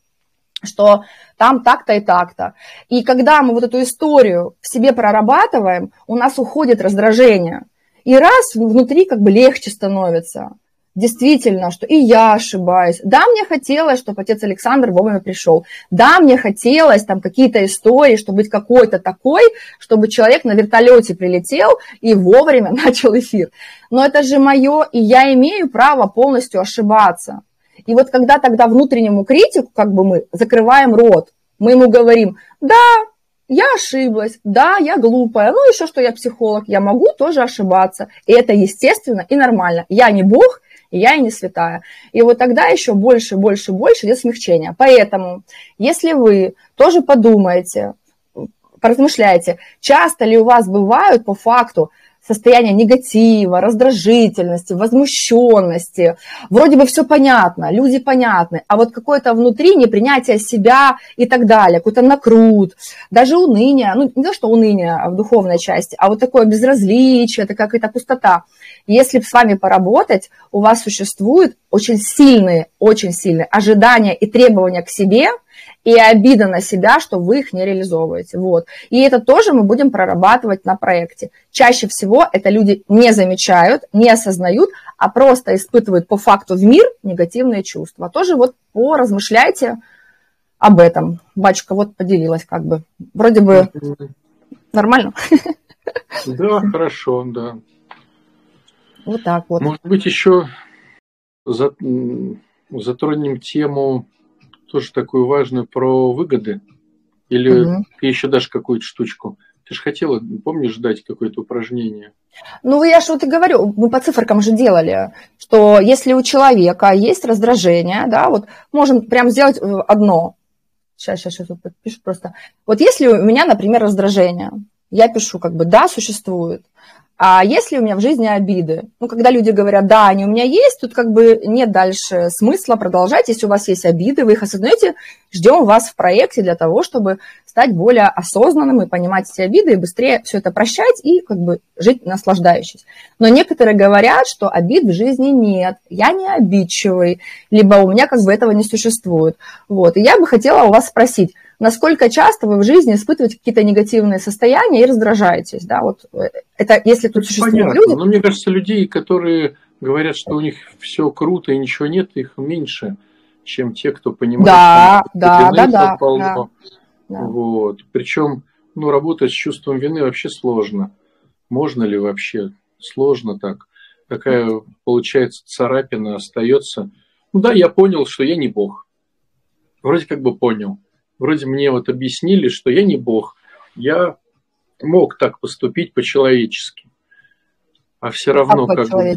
что там так-то и так-то. И когда мы вот эту историю в себе прорабатываем, у нас уходит раздражение. И раз внутри как бы легче становится. Действительно, что и я ошибаюсь. Да, мне хотелось, чтобы отец Александр вовремя пришел. Да, мне хотелось там какие-то истории, чтобы быть какой-то такой, чтобы человек на вертолете прилетел и вовремя начал эфир. Но это же мое, и я имею право полностью ошибаться. И вот когда тогда внутреннему критику, как бы мы закрываем рот, мы ему говорим, да, я ошиблась, да, я глупая, ну еще что я психолог, я могу тоже ошибаться. И это естественно и нормально. Я не Бог, и я и не святая. И вот тогда еще больше идет смягчение. Поэтому, если вы тоже подумаете, поразмышляете, часто ли у вас бывают по факту состояние негатива, раздражительности, возмущенности. Вроде бы все понятно, люди понятны, а вот какое-то внутри непринятие себя и так далее, какой-то накрут, даже уныние, ну не то, что уныние в духовной части, а вот такое безразличие, это какая-то пустота. Если с вами поработать, у вас существуют очень сильные ожидания и требования к себе, и обида на себя, что вы их не реализовываете. Вот. И это тоже мы будем прорабатывать на проекте. Чаще всего это люди не замечают, не осознают, а просто испытывают по факту в мир негативные чувства. Тоже вот поразмышляйте об этом. Батюшка вот поделилась как бы. Вроде бы нормально. Да, хорошо, да. Вот так вот. Может быть, еще затронем тему тоже такую важную про выгоды? Или ты еще дашь какую-то штучку? Ты же хотела, помнишь, дать какое-то упражнение? Ну, я же вот и говорю, мы по циферкам же делали, что если у человека есть раздражение, да, вот можем прям сделать одно. Сейчас тут пишу просто. Вот если у меня, например, раздражение, я пишу как бы «да, существует». А если у меня в жизни обиды? Ну, когда люди говорят, да, они у меня есть, тут как бы нет дальше смысла продолжать. Если у вас есть обиды, вы их осознаете, ждем вас в проекте для того, чтобы стать более осознанным и понимать эти обиды, и быстрее все это прощать и как бы жить наслаждающись. Но некоторые говорят, что обид в жизни нет, я не обидчивый, либо у меня как бы этого не существует. Вот. И я бы хотела у вас спросить, насколько часто вы в жизни испытываете какие-то негативные состояния и раздражаетесь, да, вот это если тут существуют понятно. люди. Но мне кажется, людей, которые говорят, что у них все круто и ничего нет, их меньше, чем те, кто понимает, что полно. Вот. Причем, ну, работать с чувством вины вообще сложно. Можно ли вообще? Сложно так. Такая, получается, царапина остается. Ну да, я понял, что я не Бог. Вроде как бы понял. Вроде мне вот объяснили, что я не Бог. Я мог так поступить по-человечески. А все равно как бы...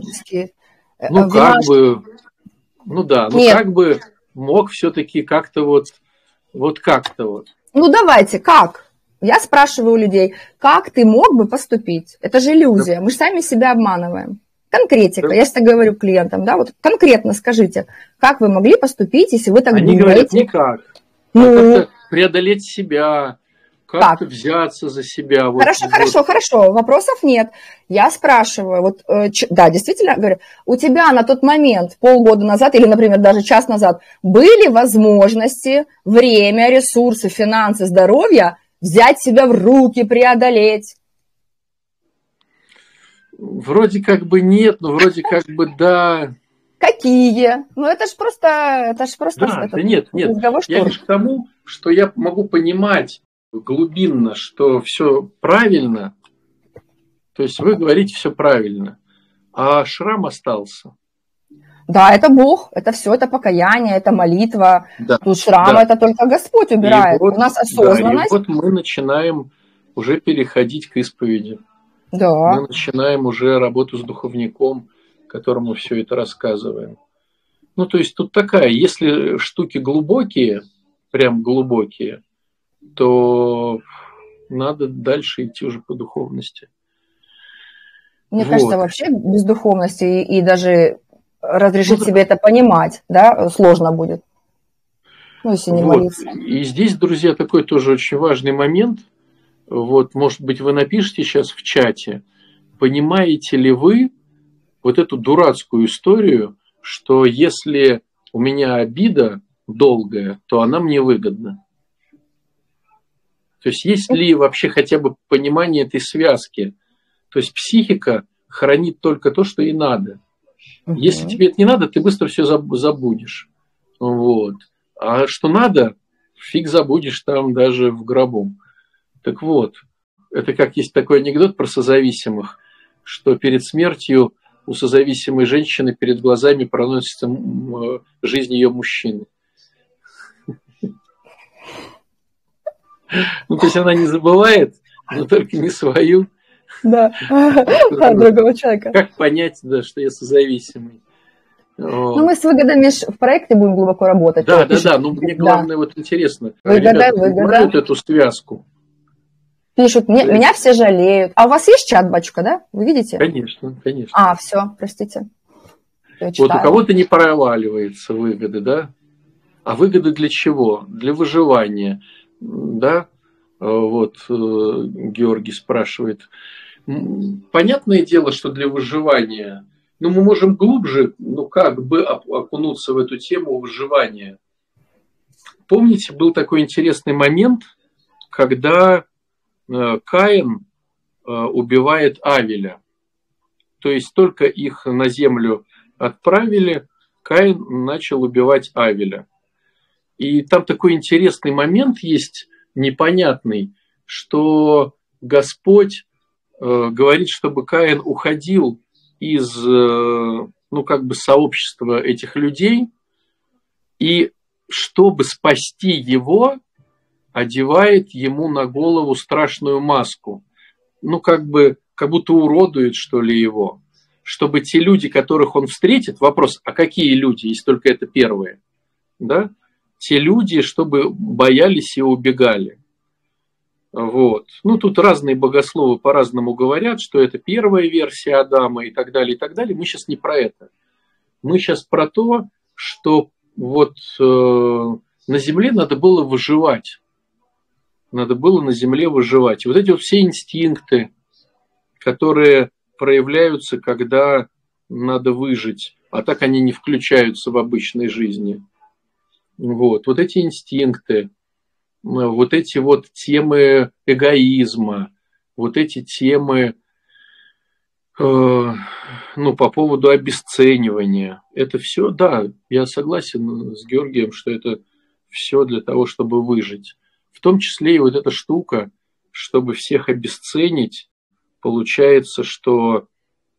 Ну, как бы... Ну да, ну как бы мог все-таки как-то вот как-то вот. Ну давайте, как? Я спрашиваю у людей, как ты мог бы поступить? Это же иллюзия, мы же сами себя обманываем. Конкретика, я всегда говорю клиентам, да, вот конкретно скажите, как вы могли поступить, если вы так думаете? Они говорят, никак. Ну, как-то преодолеть себя, как-то взяться за себя. Хорошо, вопросов нет. Я спрашиваю, вот, да, действительно, говорю, у тебя на тот момент, полгода назад или, например, даже час назад, были возможности, время, ресурсы, финансы, здоровье взять себя в руки, преодолеть? Вроде как бы нет, но вроде как бы да. Какие? Ну, это ж просто... Да, нет. Я лишь к тому, что я могу понимать глубинно, что все правильно. То есть вы говорите все правильно, а шрам остался. Да, это Бог, это все, это покаяние, это молитва. Да, тут шрам это только Господь убирает. Вот, у нас осознанность. Да, и вот мы начинаем уже переходить к исповеди. Да. Мы начинаем уже работу с духовником, которому все это рассказываем. Ну, то есть тут такая, если штуки глубокие, прям глубокие, то надо дальше идти уже по духовности. Мне кажется, вообще без духовности и даже разрешить себе это понимать, да, сложно будет. Ну, если не молиться. И здесь, друзья, такой тоже очень важный момент. Вот, может быть, вы напишите сейчас в чате, понимаете ли вы вот эту дурацкую историю, что если у меня обида долгая, то она мне выгодна. То есть есть ли вообще хотя бы понимание этой связки? То есть психика хранит только то, что ей надо. Если тебе это не надо, ты быстро все забудешь. Вот. А что надо, фиг забудешь там даже в гробу. Так вот, это как есть такой анекдот про созависимых, что перед смертью у созависимой женщины перед глазами проносится жизнь ее мужчины. Ну, то есть она не забывает, но только не свою. Да, другого человека. Как понять, да, что я созависимый? Ну, мы с выгодами в проекте будем глубоко работать. Да, ну мне главное вот интересно. Ребята понимают эту связку? Пишут, меня все жалеют. А у вас есть чат, батюшка, да? Вы видите? Конечно, конечно. А, все, простите. Вот у кого-то не проваливается выгоды, да? А выгоды для чего? Для выживания, да? Вот Георгий спрашивает. Понятное дело, что для выживания, но мы можем глубже, как бы окунуться в эту тему выживания. Помните, был такой интересный момент, когда Каин убивает Авеля. То есть только их на землю отправили, Каин начал убивать Авеля. И там такой интересный момент есть, непонятный, что Господь говорит, чтобы Каин уходил из сообщества этих людей, и чтобы спасти его, одевает ему на голову страшную маску. Как будто уродует, что ли, его. Чтобы те люди, которых он встретит, вопрос, а какие люди, если только это первые, да? Те люди, чтобы боялись и убегали. Вот. Тут разные богословы по-разному говорят, что это первая версия Адама и так далее, и так далее. Мы сейчас не про это. Мы сейчас про то, что на земле надо было выживать. Надо было на земле выживать. И вот эти все инстинкты, которые проявляются, когда надо выжить, а так они не включаются в обычной жизни. Вот эти инстинкты, вот эти темы эгоизма, вот эти темы по поводу обесценивания. Это все, да, я согласен с Георгием, что это все для того, чтобы выжить. В том числе и вот эта штука, чтобы всех обесценить, получается, что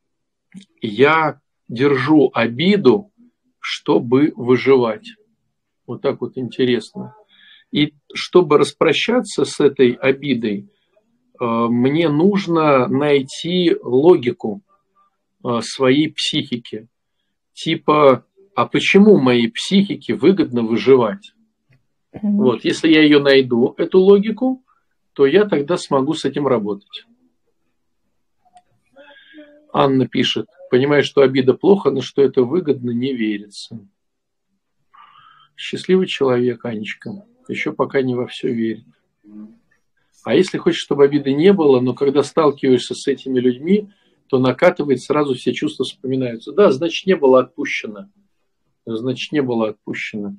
я держу обиду, чтобы выживать. Вот так вот интересно. И чтобы распрощаться с этой обидой, мне нужно найти логику своей психики. Типа, а почему моей психике выгодно выживать? Вот, если я ее найду, эту логику, то я тогда смогу с этим работать. Анна пишет, понимаю, что обида плохо, но что это выгодно, не верится. Счастливый человек, Анечка, еще пока не во все верит. А если хочешь, чтобы обиды не было, но когда сталкиваешься с этими людьми, то накатывает, сразу все чувства вспоминаются. Да, значит, не было отпущено. Значит, не было отпущено.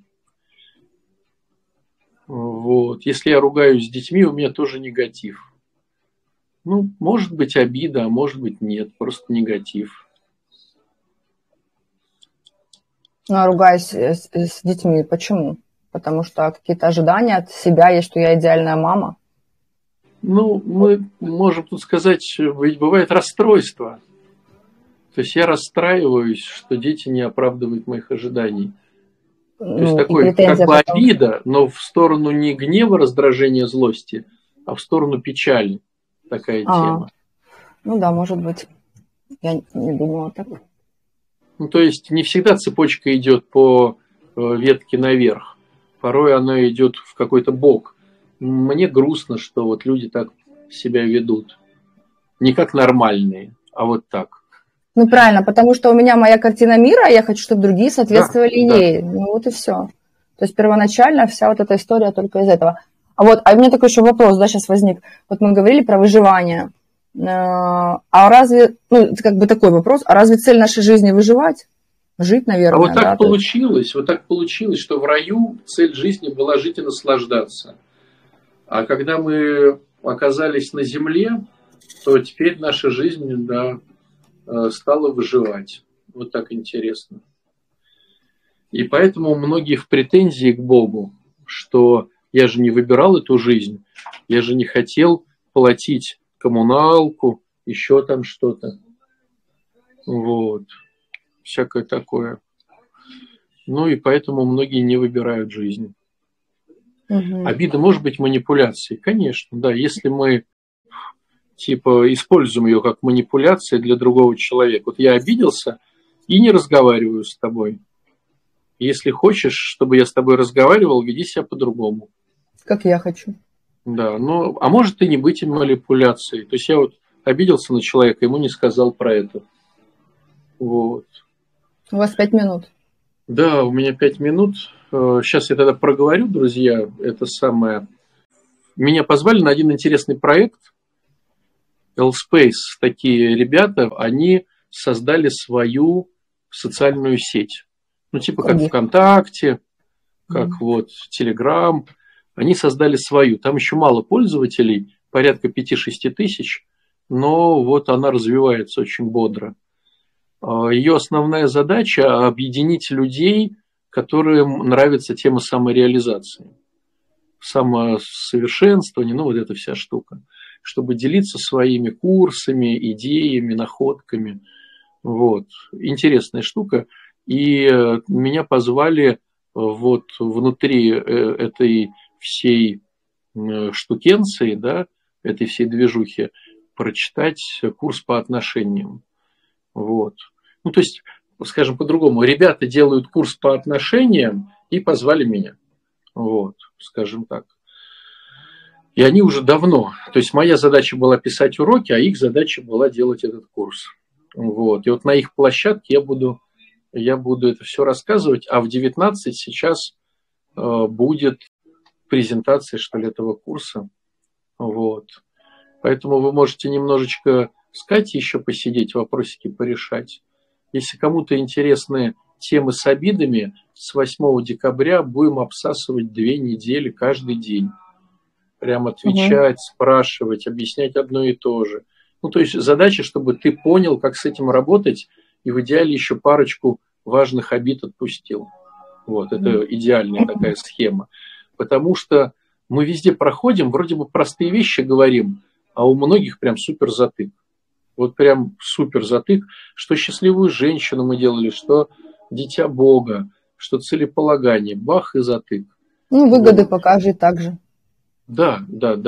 Вот. Если я ругаюсь с детьми, у меня тоже негатив. Может быть обида, а может быть нет, просто негатив. А ругаюсь с детьми. Почему? Потому что какие-то ожидания от себя есть, что я идеальная мама. Мы можем тут сказать, ведь бывает расстройство. То есть я расстраиваюсь, что дети не оправдывают моих ожиданий. То есть такой обида, но в сторону не гнева, раздражения, злости, а в сторону печали. Такая тема. Да, может быть. Я не думала так. То есть не всегда цепочка идет по ветке наверх. Порой она идет в какой-то бок. Мне грустно, что люди так себя ведут. Не как нормальные, а вот так. Правильно, потому что у меня моя картина мира, а я хочу, чтобы другие соответствовали ей. Вот и все. То есть первоначально вся эта история только из этого. А у меня такой еще вопрос, сейчас возник. Мы говорили про выживание. А разве, такой вопрос, а разве цель нашей жизни выживать? Жить, наверное. А так получилось, что в раю цель жизни была жить и наслаждаться. А когда мы оказались на земле, то теперь наша жизнь, стала выживать. Вот так интересно. И поэтому многие в претензии к Богу, что я же не выбирал эту жизнь, я же не хотел платить коммуналку, еще там что-то. Вот. Всякое такое. И поэтому многие не выбирают жизнь. Обида может быть манипуляцией? Конечно, да. Если мы типа используем ее как манипуляцию для другого человека. Вот я обиделся и не разговариваю с тобой. Если хочешь, чтобы я с тобой разговаривал, веди себя по-другому. Как я хочу. Да, ну, а может и не быть манипуляцией. То есть я вот обиделся на человека, ему не сказал про это. Вот. У вас 5 минут. Да, у меня 5 минут. Сейчас я тогда проговорю, друзья, это самое. Меня позвали на один интересный проект. L-Space, такие ребята, они создали свою социальную сеть. Ну, типа как ВКонтакте, как вот Telegram. Они создали свою. Там еще мало пользователей, порядка 5-6 тысяч, но вот она развивается очень бодро. Ее основная задача – объединить людей, которым нравится тема самореализации, самосовершенствования, ну вот эта вся штука, чтобы делиться своими курсами, идеями, находками. Вот. Интересная штука. И меня позвали вот внутри этой всей штукенции, да, этой всей движухи, прочитать курс по отношениям. Вот. Ну, то есть, скажем по-другому, ребята делают курс по отношениям и позвали меня. Вот, скажем так. И они уже давно. То есть, моя задача была писать уроки, а их задача была делать этот курс. Вот. И вот на их площадке я буду это все рассказывать, а в 19 сейчас будет презентация, что ли, этого курса. Вот. Поэтому вы можете немножечко с Катей еще посидеть, вопросики порешать. Если кому-то интересны темы с обидами, с 8 декабря будем обсасывать 2 недели каждый день. Прям отвечать, спрашивать, объяснять одно и то же. Ну, то есть задача, чтобы ты понял, как с этим работать, и в идеале еще парочку важных обид отпустил. Вот, это идеальная такая схема. Потому что мы везде проходим, вроде бы простые вещи говорим, а у многих прям супер затык. Вот прям супер затык, что счастливую женщину мы делали, что дитя Бога, что целеполагание, бах и затык. Ну, выгоды вот. Покажет также. Да.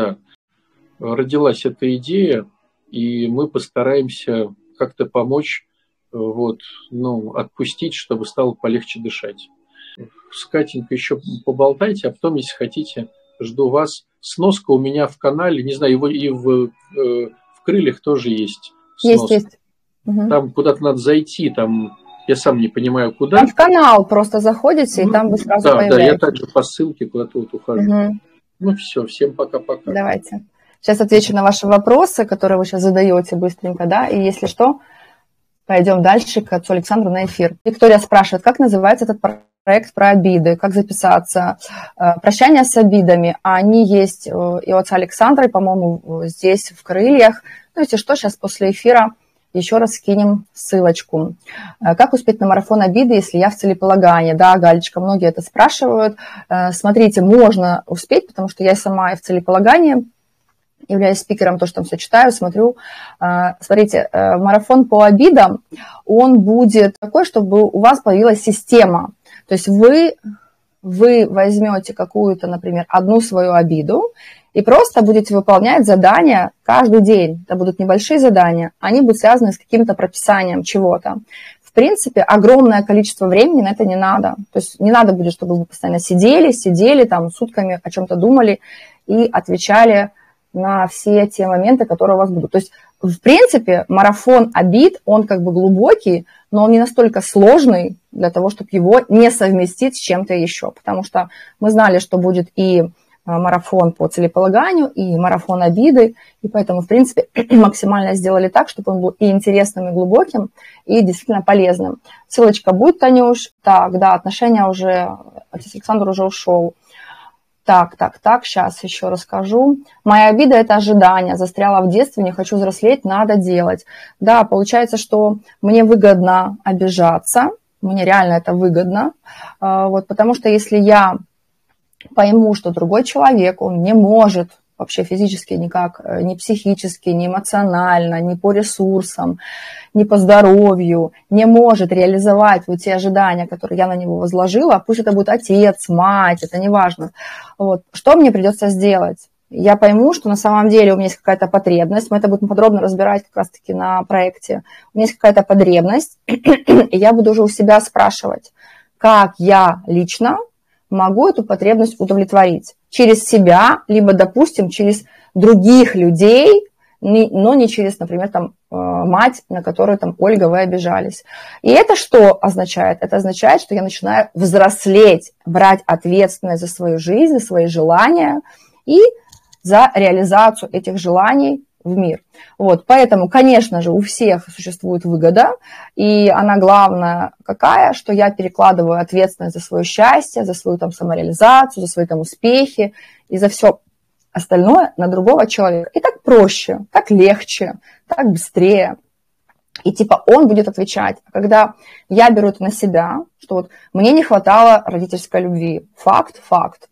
Родилась эта идея, и мы постараемся как-то помочь, вот, ну, отпустить, чтобы стало полегче дышать. С Катенькой еще поболтайте, а потом, если хотите, жду вас. Сноска у меня в канале, не знаю, его и в крыльях тоже есть. Сноска. Есть. Угу. Там куда-то надо зайти, там я сам не понимаю, куда. Там в канал просто заходите, и там вы сразу появляетесь. Да, я также по ссылке куда-то вот ухожу. Угу. Ну все, всем пока-пока. Давайте. Сейчас отвечу на ваши вопросы, которые вы сейчас задаете быстренько, да, и если что, пойдем дальше к отцу Александру на эфир. Виктория спрашивает, как называется этот проект про обиды, как записаться, прощание с обидами, они есть и у отца Александра, и, по-моему, здесь в крыльях. Ну, если что, сейчас после эфира еще раз скинем ссылочку. Как успеть на марафон обиды, если я в целеполагании? Да, Галечка, многие это спрашивают. Смотрите, можно успеть, потому что я сама и в целеполагании, являюсь спикером, тоже там все читаю, смотрю. Смотрите, марафон по обидам, он будет такой, чтобы у вас появилась система. То есть вы возьмете какую-то, например, одну свою обиду и просто будете выполнять задания каждый день. Это будут небольшие задания, они будут связаны с каким-то прописанием чего-то. В принципе, огромное количество времени на это не надо. То есть не надо будет, чтобы вы постоянно сидели, там сутками о чем-то думали и отвечали на все те моменты, которые у вас будут. То есть, в принципе, марафон обид, он как бы глубокий, но он не настолько сложный для того, чтобы его не совместить с чем-то еще. Потому что мы знали, что будет и марафон по целеполаганию, и марафон обиды, и поэтому, в принципе, максимально сделали так, чтобы он был и интересным, и глубоким, и действительно полезным. Ссылочка будет, Танюш. Так, да, отношения уже, отец Александр уже ушел. Так, сейчас еще расскажу. Моя обида – это ожидание. Застряла в детстве, не хочу взрослеть, надо делать. Да, получается, что мне выгодно обижаться, мне реально это выгодно, вот, потому что если я пойму, что другой человек, он не может вообще физически никак, ни психически, ни эмоционально, ни по ресурсам, ни по здоровью не может реализовать вот те ожидания, которые я на него возложила, пусть это будет отец, мать, это не важно. Вот. Что мне придется сделать? Я пойму, что на самом деле у меня есть какая-то потребность, мы это будем подробно разбирать как раз-таки на проекте, у меня есть какая-то потребность, и я буду уже у себя спрашивать, как я лично могу эту потребность удовлетворить через себя, либо, допустим, через других людей, но не через, например, там, мать, на которую, там, Ольга, вы обижались. И это что означает? Это означает, что я начинаю взрослеть, брать ответственность за свою жизнь, за свои желания и за реализацию этих желаний в мир. Вот, поэтому, конечно же, у всех существует выгода, и она главная какая, что я перекладываю ответственность за свое счастье, за свою там самореализацию, за свои там успехи и за все остальное на другого человека. И так проще, так легче, так быстрее. И типа он будет отвечать. А когда я беру это на себя, что вот мне не хватало родительской любви, факт.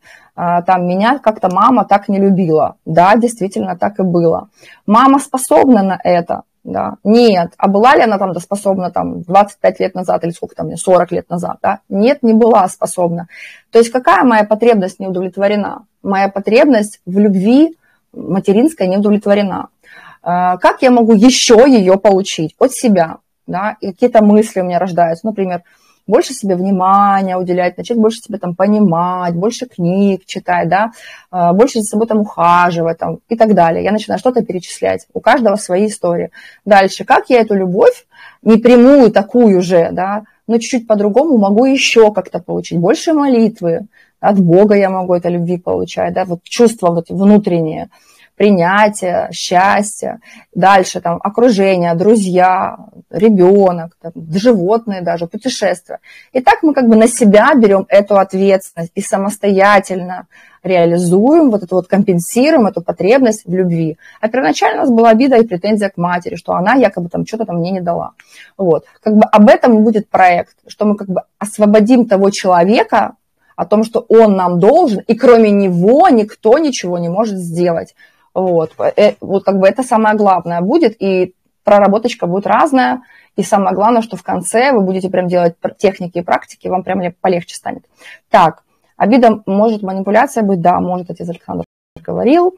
Там меня как-то мама так не любила. Да, действительно, так и было. Мама способна на это? Да. Нет. А была ли она там способна там 25 лет назад или сколько там мне, 40 лет назад? Да? Нет, не была способна. То есть какая моя потребность не удовлетворена? Моя потребность в любви материнской не удовлетворена. Как я могу еще ее получить от себя? Да? И какие-то мысли у меня рождаются. Например, больше себе внимания уделять, начать больше себя там понимать, больше книг читать, да, больше за собой там ухаживать там, и так далее. Я начинаю что-то перечислять. У каждого свои истории. Дальше, как я эту любовь, не прямую такую же, да, но чуть-чуть по-другому могу еще как-то получить. Больше молитвы. От Бога я могу это любви получать, да, вот чувства вот внутренние. Принятие, счастье, дальше там окружение, друзья, ребенок, там, животные даже, путешествия. И так мы как бы на себя берем эту ответственность и самостоятельно реализуем, вот это вот компенсируем эту потребность в любви. А первоначально у нас была обида и претензия к матери, что она якобы там что-то там мне не дала. Вот. Как бы об этом будет проект, что мы как бы освободим того человека, о том, что он нам должен, и кроме него никто ничего не может сделать. Вот как бы это самое главное будет, и проработочка будет разная, и самое главное, что в конце вы будете прям делать техники и практики, вам прям полегче станет. Так, обида может манипуляция быть, да, может, отец Александр говорил,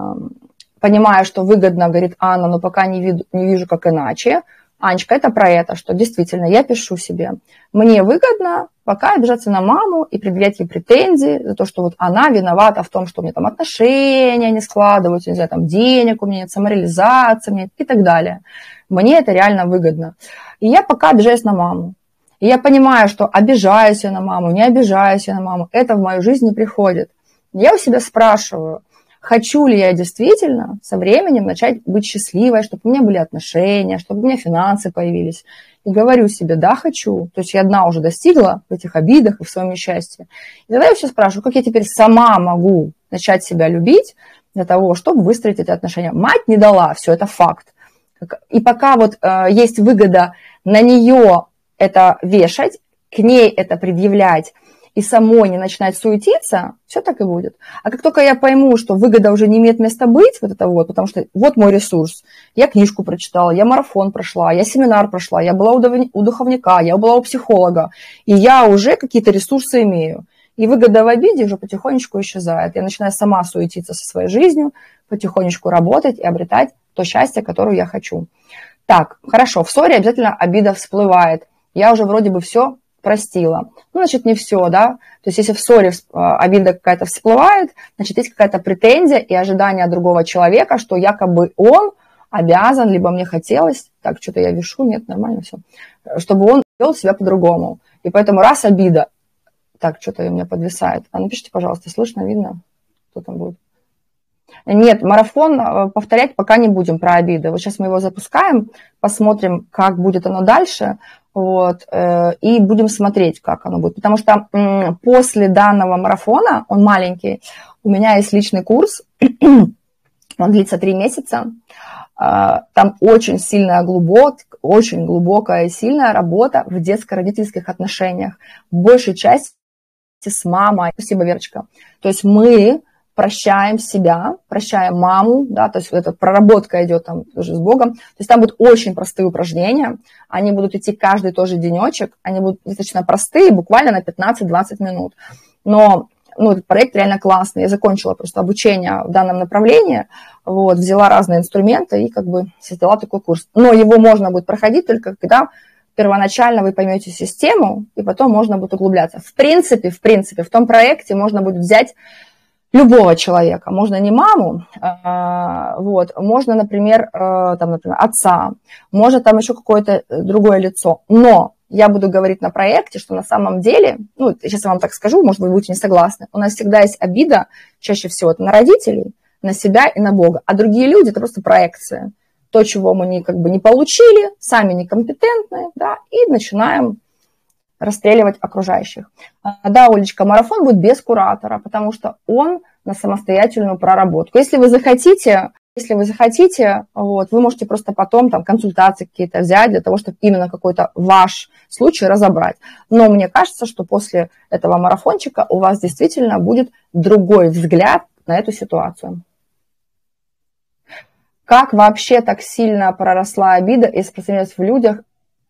понимая, что выгодно, говорит Анна, но пока не вижу, как иначе. Анечка, это про это, что действительно я пишу себе, мне выгодно пока обижаться на маму и предъявлять ей претензии за то, что вот она виновата в том, что у меня там отношения не складываются, не знаю, там денег у меня нет, самореализации нет и так далее. Мне это реально выгодно. И я пока обижаюсь на маму. И я понимаю, что обижаюсь я на маму, не обижаюсь я на маму, это в мою жизнь не приходит. Я у себя спрашиваю, хочу ли я действительно со временем начать быть счастливой, чтобы у меня были отношения, чтобы у меня финансы появились. И говорю себе, да, хочу. То есть я одна уже достигла в этих обидах и в своем несчастье. И тогда я все спрашиваю, как я теперь сама могу начать себя любить для того, чтобы выстроить эти отношения. Мать не дала, все, это факт. И пока вот есть выгода на нее это вешать, к ней это предъявлять, и самой не начинать суетиться, все так и будет. А как только я пойму, что выгода уже не имеет места быть, вот это вот, потому что вот мой ресурс, я книжку прочитала, я марафон прошла, я семинар прошла, я была у духовника, я была у психолога, и я уже какие-то ресурсы имею. И выгода в обиде уже потихонечку исчезает. Я начинаю сама суетиться со своей жизнью, потихонечку работать и обретать то счастье, которое я хочу. Так, хорошо, в ссоре обязательно обида всплывает. Я уже вроде бы все простила. Ну, значит, не все, да. То есть, если в ссоре обида какая-то всплывает, значит, есть какая-то претензия и ожидание от другого человека, что якобы он обязан, либо мне хотелось, так, что-то я вешу, нет, нормально все, чтобы он вел себя по-другому. И поэтому раз обида, так, что-то у меня подвисает. А напишите, пожалуйста, слышно, видно, кто там будет? Нет, марафон повторять пока не будем про обиды. Вот сейчас мы его запускаем, посмотрим, как будет оно дальше, вот, и будем смотреть, как оно будет. Потому что после данного марафона, он маленький, у меня есть личный курс, он длится 3 месяца, там очень сильная, очень глубокая и сильная работа в детско-родительских отношениях. В большей части с мамой. Спасибо, Верочка. То есть мы прощаем себя, прощаем маму, да, то есть эта проработка идет там тоже с Богом. То есть там будут очень простые упражнения, они будут идти каждый тоже денечек, они будут достаточно простые, буквально на 15-20 минут. Но этот проект реально классный. Я закончила просто обучение в данном направлении, вот, взяла разные инструменты и как бы создала такой курс. Но его можно будет проходить только когда первоначально вы поймете систему, и потом можно будет углубляться. В принципе, в том проекте можно будет взять любого человека. Можно не маму, вот, можно, например, отца, можно там еще какое-то другое лицо. Но я буду говорить на проекте, что на самом деле, сейчас я вам так скажу, может быть, будете не согласны, у нас всегда есть обида, чаще всего это на родителей, на себя и на Бога. А другие люди – это просто проекция. То, чего мы не получили, сами некомпетентны, да, и начинаем расстреливать окружающих. Да, Олечка, марафон будет без куратора, потому что он на самостоятельную проработку. Если вы захотите, вот, вы можете просто потом там консультации какие-то взять для того, чтобы именно какой-то ваш случай разобрать. Но мне кажется, что после этого марафончика у вас действительно будет другой взгляд на эту ситуацию. Как вообще так сильно проросла обида и распространилась в людях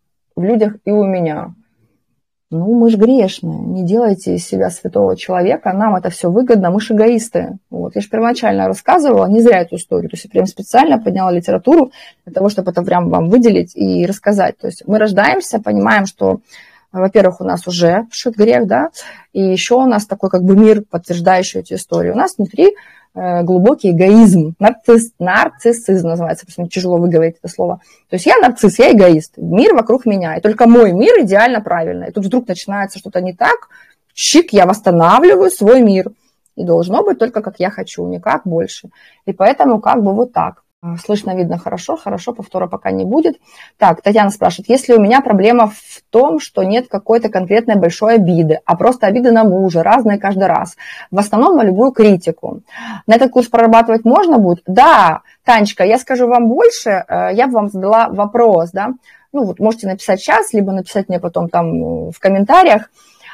и у меня? Мы же грешные, не делайте из себя святого человека, нам это все выгодно, мы же эгоисты. Вот. Я же первоначально рассказывала, не зря эту историю, то есть я прям специально подняла литературу для того, чтобы это прям вам выделить и рассказать. То есть мы рождаемся, понимаем, что, во-первых, у нас уже вшит грех, да, и еще у нас такой как бы мир, подтверждающий эти истории. У нас внутри глубокий эгоизм, нарциссизм называется, просто мне тяжело выговорить это слово. То есть я нарцисс, я эгоист, мир вокруг меня, и только мой мир идеально правильный. И тут вдруг начинается что-то не так, я восстанавливаю свой мир. И должно быть только как я хочу, никак больше. И поэтому как бы вот так. Слышно, видно хорошо, повтора пока не будет. Так, Татьяна спрашивает, если у меня проблема в том, что нет какой-то конкретной большой обиды, а просто обиды на мужа, разные каждый раз, в основном на любую критику. На этот курс прорабатывать можно будет? Да, Танечка, я скажу вам больше, я бы вам задала вопрос, да, вот можете написать сейчас, либо написать мне потом там в комментариях,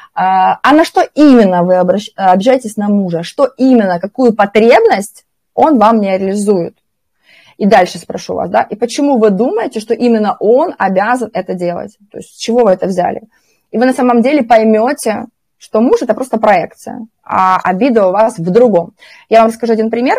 а на что именно вы обижаетесь на мужа, что именно, какую потребность он вам не реализует? И дальше спрошу вас, да, и почему вы думаете, что именно он обязан это делать? То есть с чего вы это взяли? И вы на самом деле поймете, что муж – это просто проекция, а обида у вас в другом. Я вам расскажу один пример.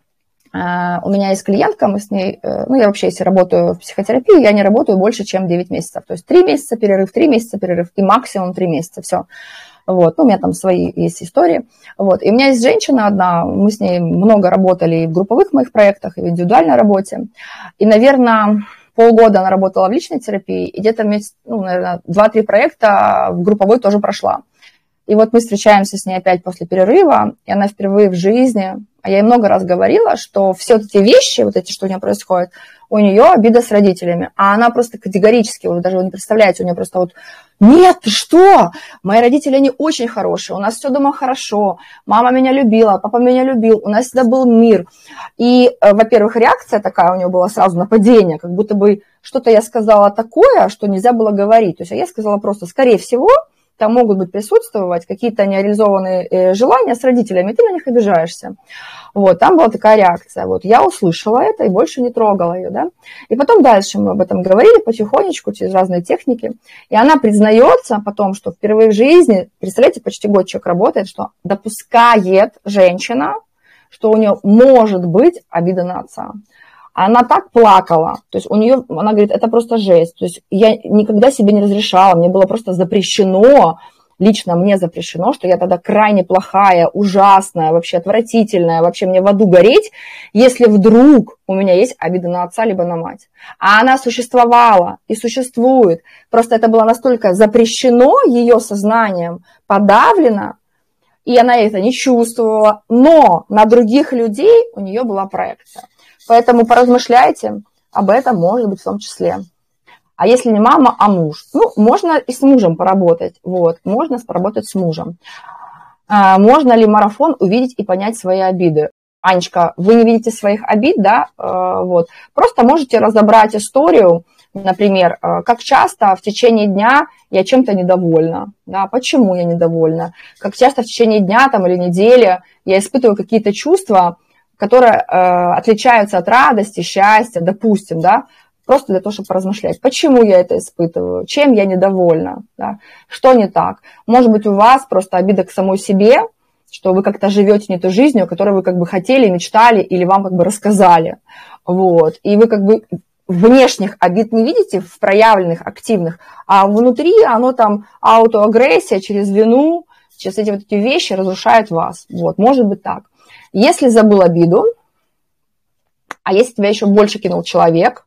У меня есть клиентка, мы с ней, я вообще, если работаю в психотерапии, я не работаю больше, чем 9 месяцев. То есть 3 месяца перерыв, 3 месяца перерыв и максимум 3 месяца, все. Вот, у меня там свои есть истории. Вот. И у меня есть женщина одна, мы с ней много работали и в групповых моих проектах, и в индивидуальной работе. И, наверное, полгода она работала в личной терапии, и где-то месяц, наверное, 2-3 проекта в групповой тоже прошла. И вот мы встречаемся с ней опять после перерыва, и она впервые в жизни, а я ей много раз говорила, что все вот эти вещи, вот эти, что у нее происходит, у нее обида с родителями. А она просто категорически, вы даже не представляете, у нее просто вот, нет, ты что? Мои родители, они очень хорошие, у нас все дома хорошо, мама меня любила, папа меня любил, у нас всегда был мир. И, во-первых, реакция такая у нее была сразу, нападение, как будто бы что-то я сказала такое, что нельзя было говорить. То есть я сказала просто, скорее всего, там могут быть присутствовать какие-то нереализованные желания с родителями, ты на них обижаешься. Вот, там была такая реакция. Вот, я услышала это и больше не трогала ее, да. И потом дальше мы об этом говорили потихонечку, через разные техники. И она признается потом, что впервые в жизни, представляете, почти год человек работает, что допускает женщина, что у нее может быть обида на отца. Она так плакала, то есть у нее, она говорит, это просто жесть. То есть я никогда себе не разрешала, мне было просто запрещено, лично мне запрещено, что я тогда крайне плохая, ужасная, вообще отвратительная, вообще мне в аду гореть, если вдруг у меня есть обида на отца либо на мать. А она существовала и существует, просто это было настолько запрещено ее сознанием, подавлено, и она это не чувствовала, но на других людей у нее была проекция. Поэтому поразмышляйте об этом, может быть, в том числе. А если не мама, а муж? Можно и с мужем поработать. Вот, можно поработать с мужем. Можно ли марафон увидеть и понять свои обиды? Анечка, вы не видите своих обид, да? Вот. Просто можете разобрать историю, Например, как часто в течение дня я чем-то недовольна, да, почему я недовольна, как часто в течение дня там, или недели я испытываю какие-то чувства, которые отличаются от радости, счастья, допустим, да, просто для того, чтобы поразмышлять, почему я это испытываю, чем я недовольна, да, что не так. Может быть, у вас просто обида к самой себе, что вы как-то живете не той жизнью, которую вы как бы хотели, мечтали или вам как бы рассказали. Вот. И вы как бы внешних обид не видите в проявленных, активных, а внутри оно там аутоагрессия через вину, через эти вот эти вещи разрушают вас. Вот. Может быть так. Если забыл обиду, а если тебя еще больше кинул человек,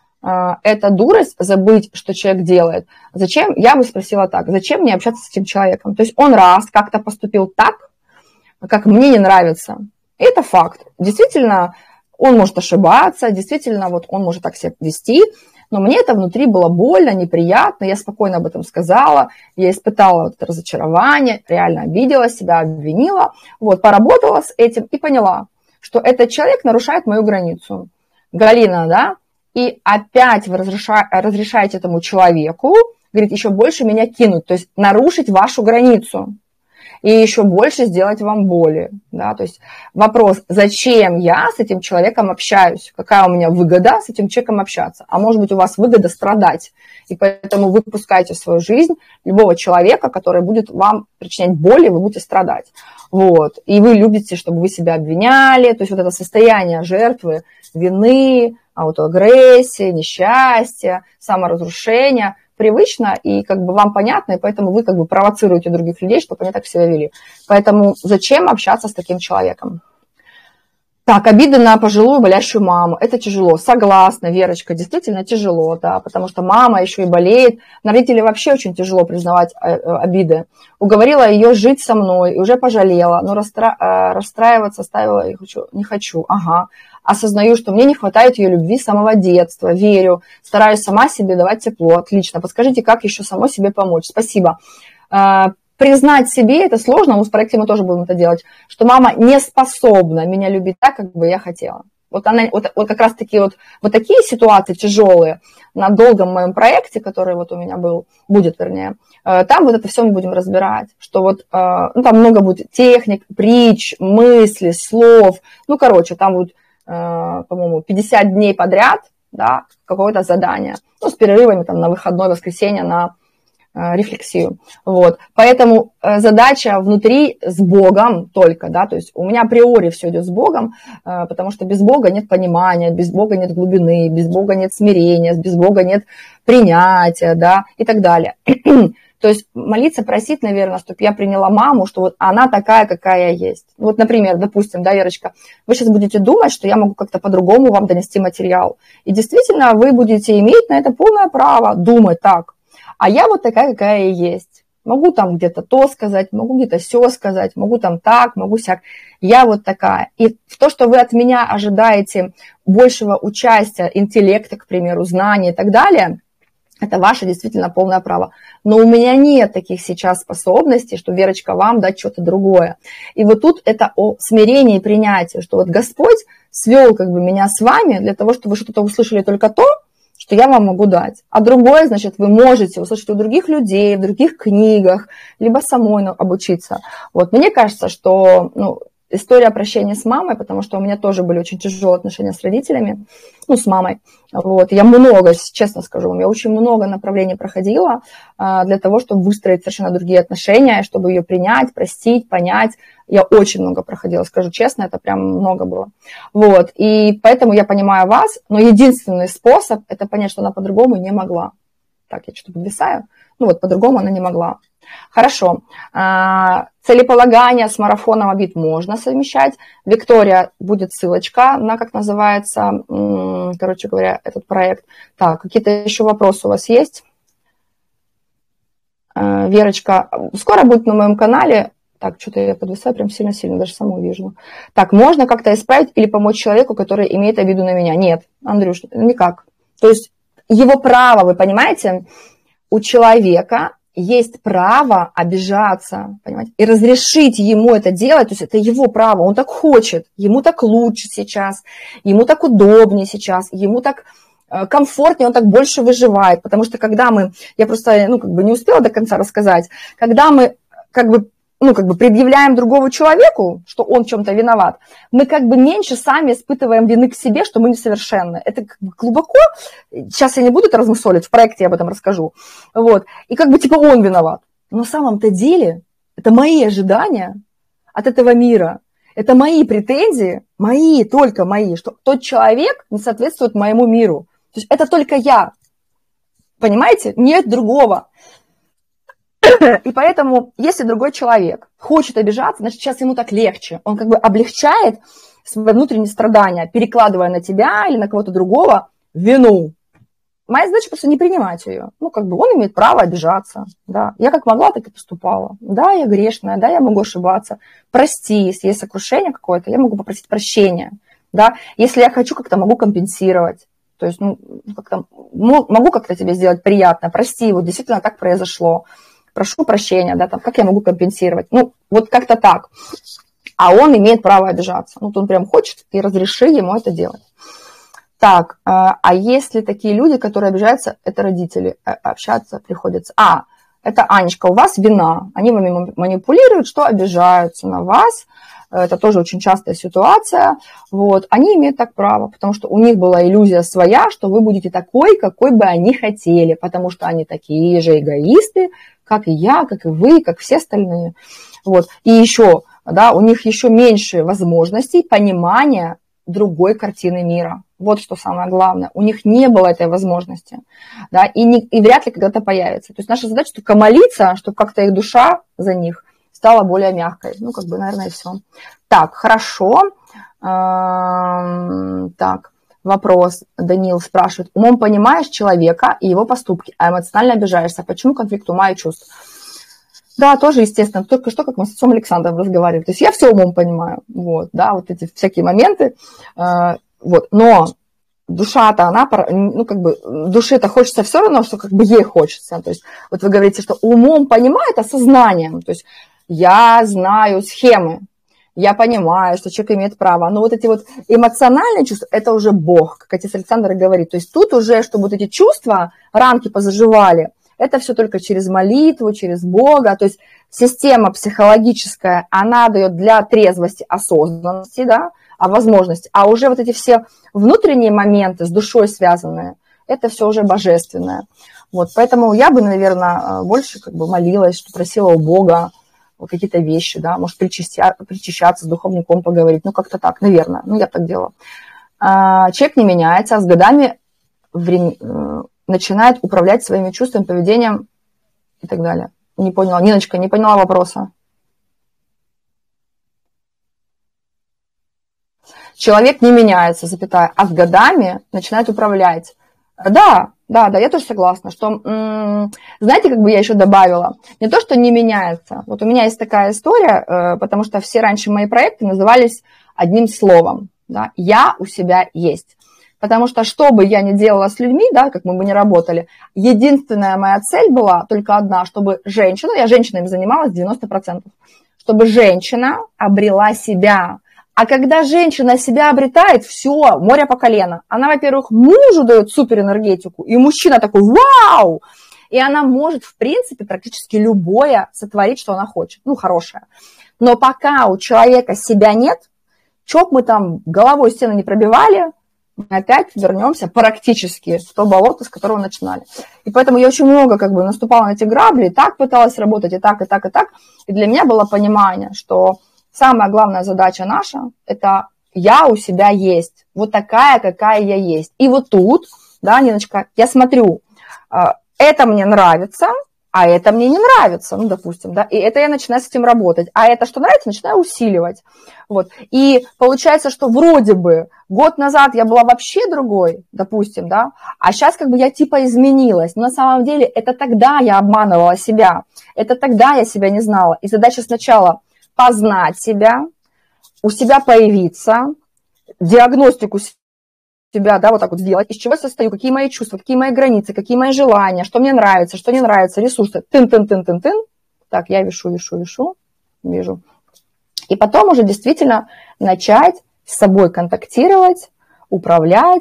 это дурость забыть, что человек делает. Зачем? Я бы спросила так. Зачем мне общаться с этим человеком? То есть он раз как-то поступил так, как мне не нравится. И это факт. Действительно, он может ошибаться, действительно, вот он может так себя вести, но мне это внутри было больно, неприятно, я спокойно об этом сказала, я испытала вот это разочарование, реально обидела себя, обвинила, вот, поработала с этим и поняла, что этот человек нарушает мою границу. Галина, да, и опять вы разрешаете этому человеку, говорит, еще больше меня кинуть, то есть нарушить вашу границу. И еще больше сделать вам боли. Да? То есть вопрос, зачем я с этим человеком общаюсь? Какая у меня выгода с этим человеком общаться? А может быть, у вас выгода страдать. И поэтому вы пускаете в свою жизнь любого человека, который будет вам причинять боль, и вы будете страдать. Вот. И вы любите, чтобы вы себя обвиняли. То есть вот это состояние жертвы, вины, аутоагрессии, несчастья, саморазрушения – привычно и как бы вам понятно, и поэтому вы как бы провоцируете других людей, чтобы они так себя вели. Поэтому зачем общаться с таким человеком? Так, обида на пожилую болящую маму. Это тяжело. Согласна, Верочка, действительно тяжело, да, потому что мама еще и болеет. На родителей вообще очень тяжело признавать обиды. Уговорила ее жить со мной и уже пожалела, но расстраиваться оставила не хочу. Ага. Осознаю, что мне не хватает ее любви с самого детства, верю, стараюсь сама себе давать тепло. Отлично. Подскажите, как еще самой себе помочь? Спасибо. Признать себе это сложно, но в проекте мы тоже будем это делать, что мама не способна меня любить так, как бы я хотела. Вот, вот как раз таки вот такие ситуации тяжелые на долгом моем проекте, который вот у меня будет, там вот это все мы будем разбирать, что вот ну, там много будет техник, притч, мыслей, слов, ну, короче, там будет, по-моему, 50 дней подряд, да, какое-то задание, ну, с перерывами там на выходной, воскресенье, на рефлексию. Вот. Поэтому задача внутри с Богом только, да, то есть у меня априори все идет с Богом, потому что без Бога нет понимания, без Бога нет глубины, без Бога нет смирения, без Бога нет принятия, да, и так далее. То есть молиться, просить, наверное, чтобы я приняла маму, что вот она такая, какая есть. Вот, например, допустим, да, Верочка, вы сейчас будете думать, что я могу как-то по-другому вам донести материал. И действительно, вы будете иметь на это полное право думать так. А я вот такая, какая я есть. Могу там где-то то сказать, могу где-то сё сказать, могу там так, могу сяк. Я вот такая. И то, что вы от меня ожидаете большего участия, интеллекта, к примеру, знаний и так далее, это ваше действительно полное право. Но у меня нет таких сейчас способностей, что, Верочка, вам дать что-то другое. И вот тут это о смирении и принятии, что вот Господь свел как бы меня с вами для того, чтобы вы что-то услышали только то, что я вам могу дать. А другое, значит, вы можете услышать у других людей, в других книгах, либо самой обучиться. Вот мне кажется, что история прощения с мамой, потому что у меня тоже были очень тяжелые отношения с родителями, с мамой. Вот. Я много, честно скажу вам, я очень много направлений проходила для того, чтобы выстроить совершенно другие отношения, чтобы ее принять, простить, понять. Я очень много проходила, скажу честно, это прям много было. Вот. И поэтому я понимаю вас, но единственный способ – это понять, что она по-другому не могла. Так, я что-то подвисаю. По-другому она не могла. Хорошо. Целеполагание с марафоном обид можно совмещать. Виктория, будет ссылочка на, как называется, короче говоря, этот проект. Так, какие-то еще вопросы у вас есть? Верочка, скоро будет на моем канале. Так, что-то я подвисаю прям сильно-сильно, даже саму вижу. Так, можно как-то исправить или помочь человеку, который имеет обиду на меня? Нет, Андрюш, никак. То есть его право, вы понимаете, у человека есть право обижаться, понимаете, и разрешить ему это делать, то есть это его право, он так хочет, ему так лучше сейчас, ему так удобнее сейчас, ему так комфортнее, он так больше выживает, потому что когда я просто, не успела до конца рассказать, когда мы предъявляем другому человеку, что он в чем-то виноват, мы меньше сами испытываем вины к себе, что мы несовершенны. Это глубоко, сейчас я не буду это размусолить, в проекте я об этом расскажу, вот, и он виноват. Но на самом-то деле это мои ожидания от этого мира, это мои претензии, только мои, что тот человек не соответствует моему миру. То есть это только я, понимаете? Нет другого. И поэтому, если другой человек хочет обижаться, значит, сейчас ему так легче. Он облегчает свои внутренние страдания, перекладывая на тебя или на кого-то другого вину. Моя задача просто не принимать ее. Он имеет право обижаться. Да. Я как могла, так и поступала. Да, я грешная, да, я могу ошибаться. Прости, если есть сокрушение какое-то, я могу попросить прощения. Да. Если я хочу, как-то могу компенсировать. То есть, могу как-то тебе сделать приятно. Прости, вот действительно так произошло. Прошу прощения, да, как я могу компенсировать. Вот как-то так. А он имеет право обижаться. Он прям хочет, и разреши ему это делать. Так, а если такие люди, которые обижаются, это родители, общаться приходится. Это Анечка, у вас вина. Они вами манипулируют, что обижаются на вас. Это тоже очень частая ситуация. Вот. Они имеют так право, потому что у них была иллюзия своя, что вы будете такой, какой бы они хотели, потому что они такие же эгоисты, как и я, как и вы, как все остальные. Вот. И еще, да, у них еще меньше возможностей понимания другой картины мира. Вот что самое главное. У них не было этой возможности. Да, и вряд ли когда-то появится. То есть наша задача только молиться, чтобы как-то их душа за них стала более мягкой. Наверное, и все. Так, хорошо. Так, вопрос. Даниил спрашивает. Умом понимаешь человека и его поступки, а эмоционально обижаешься. Почему конфликт ума и чувств? Да, тоже, естественно, только что, как мы с отцом Александром разговаривали. То есть я все умом понимаю, вот, да, вот эти всякие моменты, вот, но душа-то, она, душе-то хочется все равно, что ей хочется. То есть вот вы говорите, что умом понимает, а сознанием, то есть я знаю схемы, я понимаю, что человек имеет право, но вот эти вот эмоциональные чувства, это уже Бог, как отец Александр говорит. То есть тут уже, чтобы вот эти чувства, ранки позаживали, это все только через молитву, через Бога. То есть система психологическая, она дает для трезвости, осознанности, да, возможности. А уже вот эти все внутренние моменты с душой связанные, это все уже божественное. Вот, поэтому я бы, наверное, больше молилась, что просила у Бога какие-то вещи, да, может, причащаться с духовником, поговорить. Как-то так, наверное. Я так делала. Человек не меняется, а с годами начинает управлять своими чувствами, поведением и так далее. Не поняла. Ниночка, не поняла вопроса. Человек не меняется, а с годами начинает управлять. Да, я тоже согласна, что, знаете, я еще добавила, не то, что не меняется. Вот у меня есть такая история, потому что все раньше мои проекты назывались одним словом. Да, я у себя есть. Потому что, что бы я ни делала с людьми, да, как мы бы ни работали, единственная моя цель была только одна, чтобы женщина, я женщинами занималась 90%, чтобы женщина обрела себя. А когда женщина себя обретает, все, море по колено. Она, во-первых, мужу дает суперэнергетику, и мужчина такой «Вау!» И она может, в принципе, практически любое сотворить, что она хочет, хорошее. Но пока у человека себя нет, что бы мы там головой стены не пробивали, мы опять вернемся практически в то болото, с которого начинали. И поэтому я очень много наступала на эти грабли, и так пыталась работать, и так, и так, и так. И для меня было понимание, что самая главная задача наша – это я у себя есть, вот такая, какая я есть. И вот тут, да, Ниночка, я смотрю, это мне нравится, а это мне не нравится, допустим, да, и это я начинаю с этим работать, а это, что нравится, начинаю усиливать, вот, и получается, что вроде бы год назад я была вообще другой, допустим, да, а сейчас я типа изменилась, но на самом деле это тогда я обманывала себя, это тогда я себя не знала, и задача сначала познать себя, у себя появиться, диагностику себя, да, вот так вот сделать, из чего я состою, какие мои чувства, какие мои границы, какие мои желания, что мне нравится, что не нравится, ресурсы, тын-тын-тын-тын-тын, так, я вижу. И потом уже действительно начать с собой контактировать, управлять,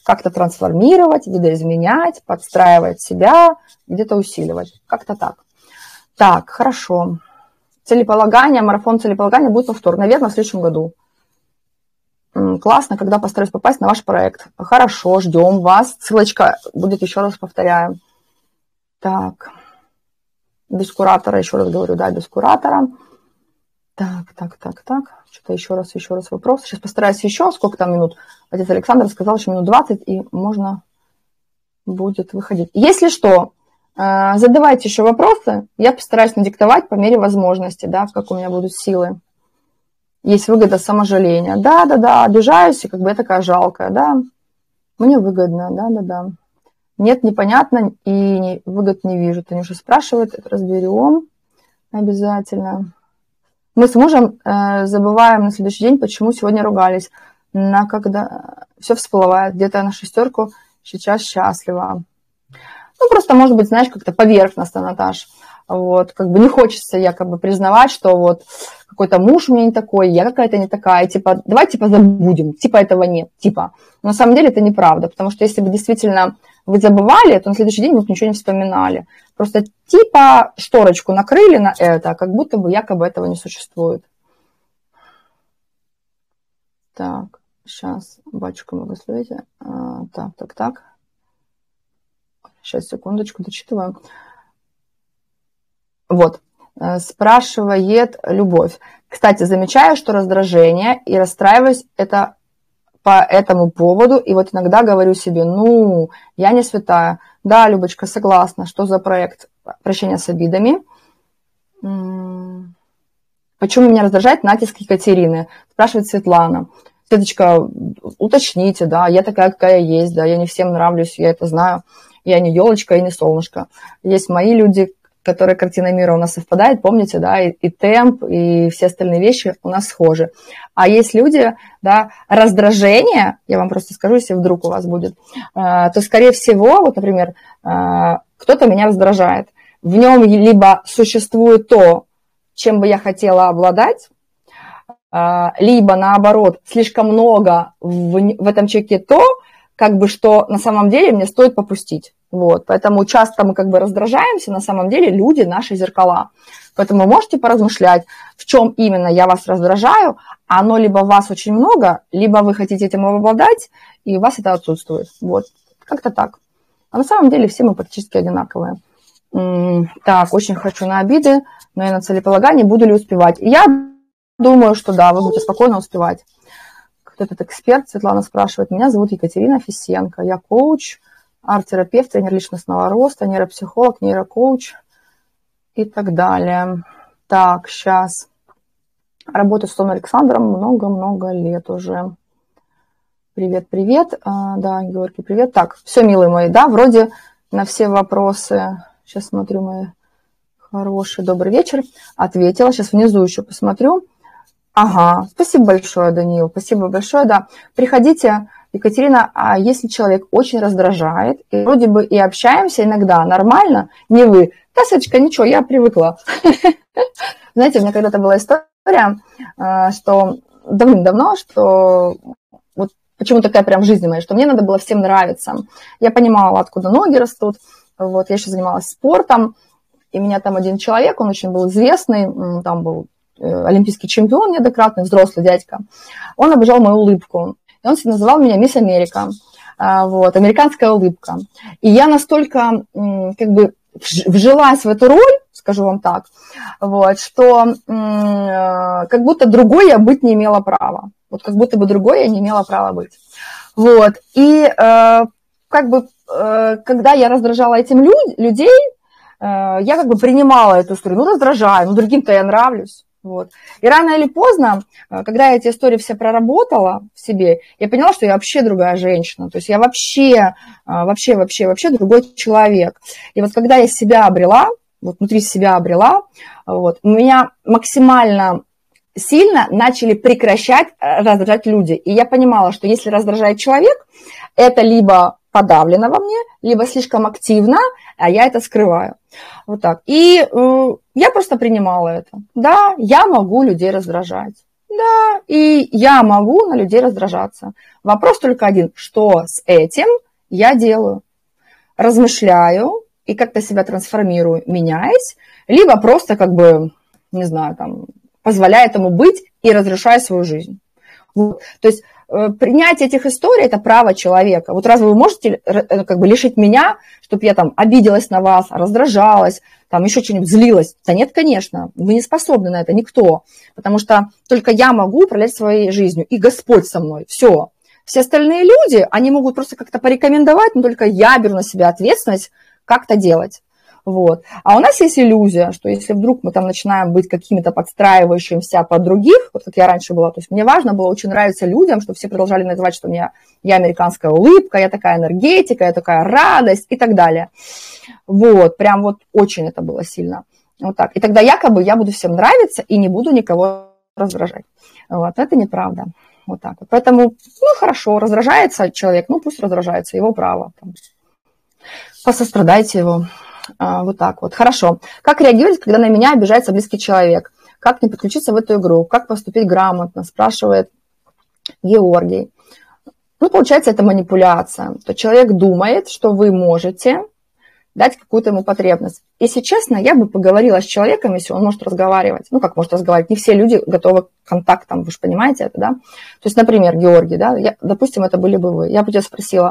как-то трансформировать, видоизменять, подстраивать себя, где-то усиливать. Как-то так. Так, хорошо. Целеполагание, марафон целеполагания будет во вторник, наверное, в следующем году. Классно, когда постараюсь попасть на ваш проект. Хорошо, ждем вас. Ссылочка будет, еще раз повторяю. Так. Без куратора, еще раз говорю, да, без куратора. Так. Что-то еще раз вопрос. Сейчас постараюсь еще. Сколько там минут? Отец Александр сказал, еще минут 20, и можно будет выходить. Если что, задавайте еще вопросы. Я постараюсь надиктовать по мере возможности, да, как у меня будут силы. Есть выгода саможаления. Да, обижаюсь, и как бы я такая жалкая, да. Мне выгодно, да. Нет, непонятно, и выгод не вижу. Танюша спрашивает, это разберем обязательно. Мы с мужем забываем на следующий день, почему сегодня ругались. Когда все всплывает, где-то на 6, сейчас счастлива. Ну, просто, может быть, знаешь, как-то поверхностно, Наташ. Вот, как бы не хочется якобы признавать, что вот какой-то муж у меня не такой, я какая-то не такая, типа, давай, типа, забудем, типа, этого нет, типа. Но на самом деле это неправда, потому что если бы действительно вы забывали, то на следующий день вы ничего не вспоминали. Просто типа шторочку накрыли на это, как будто бы якобы этого не существует. Так, сейчас, батюшка, благословите. Так. Сейчас, секундочку, дочитываю. Вот, спрашивает Любовь. Кстати, замечаю, что раздражение и расстраиваюсь это по этому поводу. И вот иногда говорю себе, ну, я не святая. Да, Любочка, согласна. Что за проект прощения с обидами? Почему меня раздражает натиск Екатерины? Спрашивает Светлана. Светочка, уточните, да, я такая, какая есть, да, я не всем нравлюсь, я это знаю. Я не елочка и не солнышко. Есть мои люди, которые картина мира у нас совпадает, помните, да, и темп, и все остальные вещи у нас схожи. А есть люди, да, раздражение, я вам просто скажу, если вдруг у вас будет, то, скорее всего, вот, например, кто-то меня раздражает. В нем либо существует то, чем бы я хотела обладать, либо, наоборот, слишком много в этом человеке то, как бы, что на самом деле мне стоит попустить. Вот, поэтому часто мы как бы раздражаемся, на самом деле люди наши зеркала. Поэтому можете поразмышлять, в чем именно я вас раздражаю, оно либо вас очень много, либо вы хотите этим обладать, и у вас это отсутствует. Вот, как-то так. А на самом деле все мы практически одинаковые. Так, очень хочу на обиды, но я на целеполагании буду ли успевать? Я думаю, что да, вы будете спокойно успевать. Кто этот эксперт? Светлана спрашивает. Меня зовут Екатерина Фисенко. Я коуч, арт-терапевт, тренер личностного роста, нейропсихолог, нейрокоуч и так далее. Так, сейчас. Работаю с Томом Александром много-много лет уже. Привет. Да, Георгий, привет. Так, все, милые мои, да, вроде на все вопросы. Сейчас смотрю, мои хорошие. Добрый вечер. Ответила. Сейчас внизу еще посмотрю. Ага, спасибо большое, Даниил, спасибо большое, да. Приходите, Екатерина, а если человек очень раздражает, и вроде бы и общаемся иногда нормально, не вы, да, Светочка, ничего, я привыкла. Знаете, у меня когда-то была история, что давным-давно, что вот почему такая прям жизнь моя, что мне надо было всем нравиться. Я понимала, откуда ноги растут, вот, я еще занималась спортом, и у меня там один человек, он очень был известный, там был олимпийский чемпион неоднократный, взрослый дядька, он обожал мою улыбку. И он называл меня Мисс Америка. Вот, американская улыбка. И я настолько как бы вжилась в эту роль, скажу вам так, вот, что как будто другой я быть не имела права. Вот как будто бы другой я не имела права быть. Вот. И как бы когда я раздражала этим людей, я как бы принимала эту историю. Ну, раздражаю, ну, другим-то я нравлюсь. Вот. И рано или поздно, когда я эти истории все проработала в себе, я поняла, что я вообще другая женщина. То есть я вообще другой человек. И вот когда я себя обрела, вот внутри себя обрела, вот, у меня максимально сильно начали прекращать раздражать люди. И я понимала, что если раздражает человек, это либо подавлено во мне, либо слишком активно, а я это скрываю. Вот так. И я просто принимала это. Да, я могу людей раздражать. Да, и я могу на людей раздражаться. Вопрос только один, что с этим я делаю? Размышляю и как-то себя трансформирую, меняясь, либо просто как бы, не знаю, там, позволяю этому быть и разрешаю свою жизнь. Вот. То есть принятие этих историй – это право человека. Вот разве вы можете как бы лишить меня, чтобы я там обиделась на вас, раздражалась, там еще что-нибудь злилась? Да нет, конечно, вы не способны на это, никто. Потому что только я могу управлять своей жизнью, и Господь со мной, все. Все остальные люди, они могут просто как-то порекомендовать, но только я беру на себя ответственность как-то делать. Вот. А у нас есть иллюзия, что если вдруг мы там начинаем быть какими-то подстраивающимся под других, вот как я раньше была, то есть мне важно было очень нравиться людям, чтобы все продолжали называть, что я американская улыбка, я такая энергетика, я такая радость и так далее. Вот, прям вот очень это было сильно. Вот так. И тогда якобы я буду всем нравиться и не буду никого раздражать. Вот, это неправда. Вот так вот. Поэтому, ну, хорошо, раздражается человек, ну, пусть раздражается, его право. Там. Посострадайте его. Вот так вот. Хорошо. Как реагировать, когда на меня обижается близкий человек? Как не подключиться в эту игру? Как поступить грамотно? Спрашивает Георгий. Ну, получается, это манипуляция. То человек думает, что вы можете дать какую-то ему потребность. Если честно, я бы поговорила с человеком, если он может разговаривать. Ну, как может разговаривать? Не все люди готовы к контактам, вы же понимаете это, да? То есть, например, Георгий, да, допустим, это были бы вы. Я бы тебя спросила,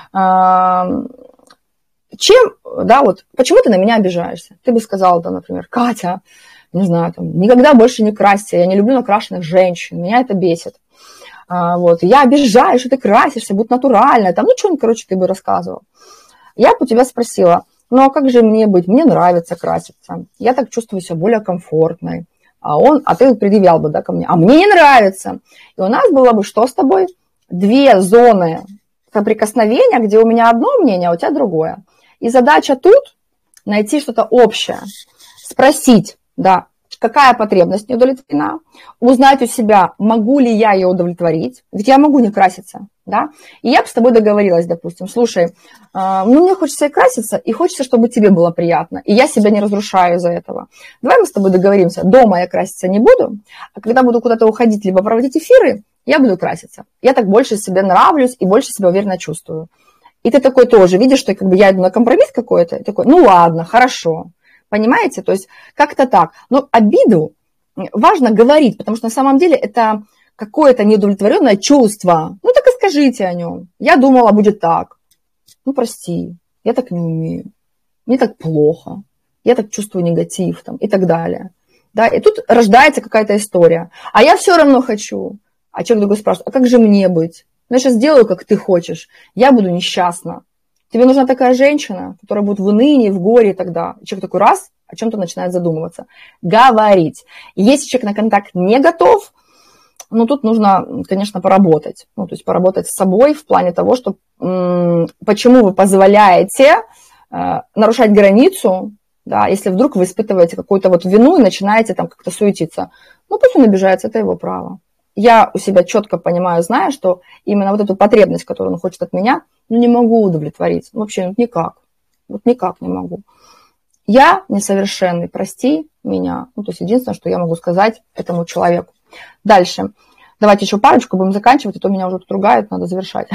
чем, да, вот, почему ты на меня обижаешься? Ты бы сказала, да, например, Катя, не знаю, там, никогда больше не красься, я не люблю накрашенных женщин, меня это бесит. Вот, я обижаюсь, что ты красишься, будь натуральная, там, ну, что-нибудь, короче, ты бы рассказывал. Я бы у тебя спросила, ну, а как же мне быть? Мне нравится краситься, я так чувствую себя более комфортной. А ты предъявлял бы, да, ко мне, а мне не нравится. И у нас было бы что с тобой? Две зоны соприкосновения, где у меня одно мнение, а у тебя другое. И задача тут найти что-то общее, спросить, да, какая потребность не удовлетворена, узнать у себя, могу ли я ее удовлетворить, ведь я могу не краситься, да, и я бы с тобой договорилась, допустим, слушай, ну, мне хочется и краситься, и хочется, чтобы тебе было приятно, и я себя не разрушаю из-за этого. Давай мы с тобой договоримся, дома я краситься не буду, а когда буду куда-то уходить, либо проводить эфиры, я буду краситься. Я так больше себе нравлюсь и больше себя уверенно чувствую. И ты такой тоже видишь, что как бы я иду на компромисс какой-то, и такой, ну ладно, хорошо. Понимаете? То есть как-то так. Но обиду важно говорить, потому что на самом деле это какое-то неудовлетворенное чувство. Ну так и скажите о нем. Я думала, будет так. Ну прости, я так не умею. Мне так плохо. Я так чувствую негатив там, и так далее. Да? И тут рождается какая-то история. А я все равно хочу. А человек другой спрашивает, а как же мне быть? Ну, я сейчас сделаю, как ты хочешь. Я буду несчастна. Тебе нужна такая женщина, которая будет в унынии, в горе тогда. И человек такой раз, о чем-то начинает задумываться. Говорить. И если человек на контакт не готов, ну, тут нужно, конечно, поработать. Ну, то есть поработать с собой в плане того, что почему вы позволяете нарушать границу, да, если вдруг вы испытываете какую-то вот вину и начинаете там как-то суетиться. Ну, пусть он обижается, это его право. Я у себя четко понимаю, знаю, что именно вот эту потребность, которую он хочет от меня, ну, не могу удовлетворить. Вообще ну, никак. Вот никак не могу. Я несовершенный, прости меня. Ну, то есть единственное, что я могу сказать этому человеку. Дальше. Давайте еще парочку, будем заканчивать, а то меня уже тут ругают, надо завершать.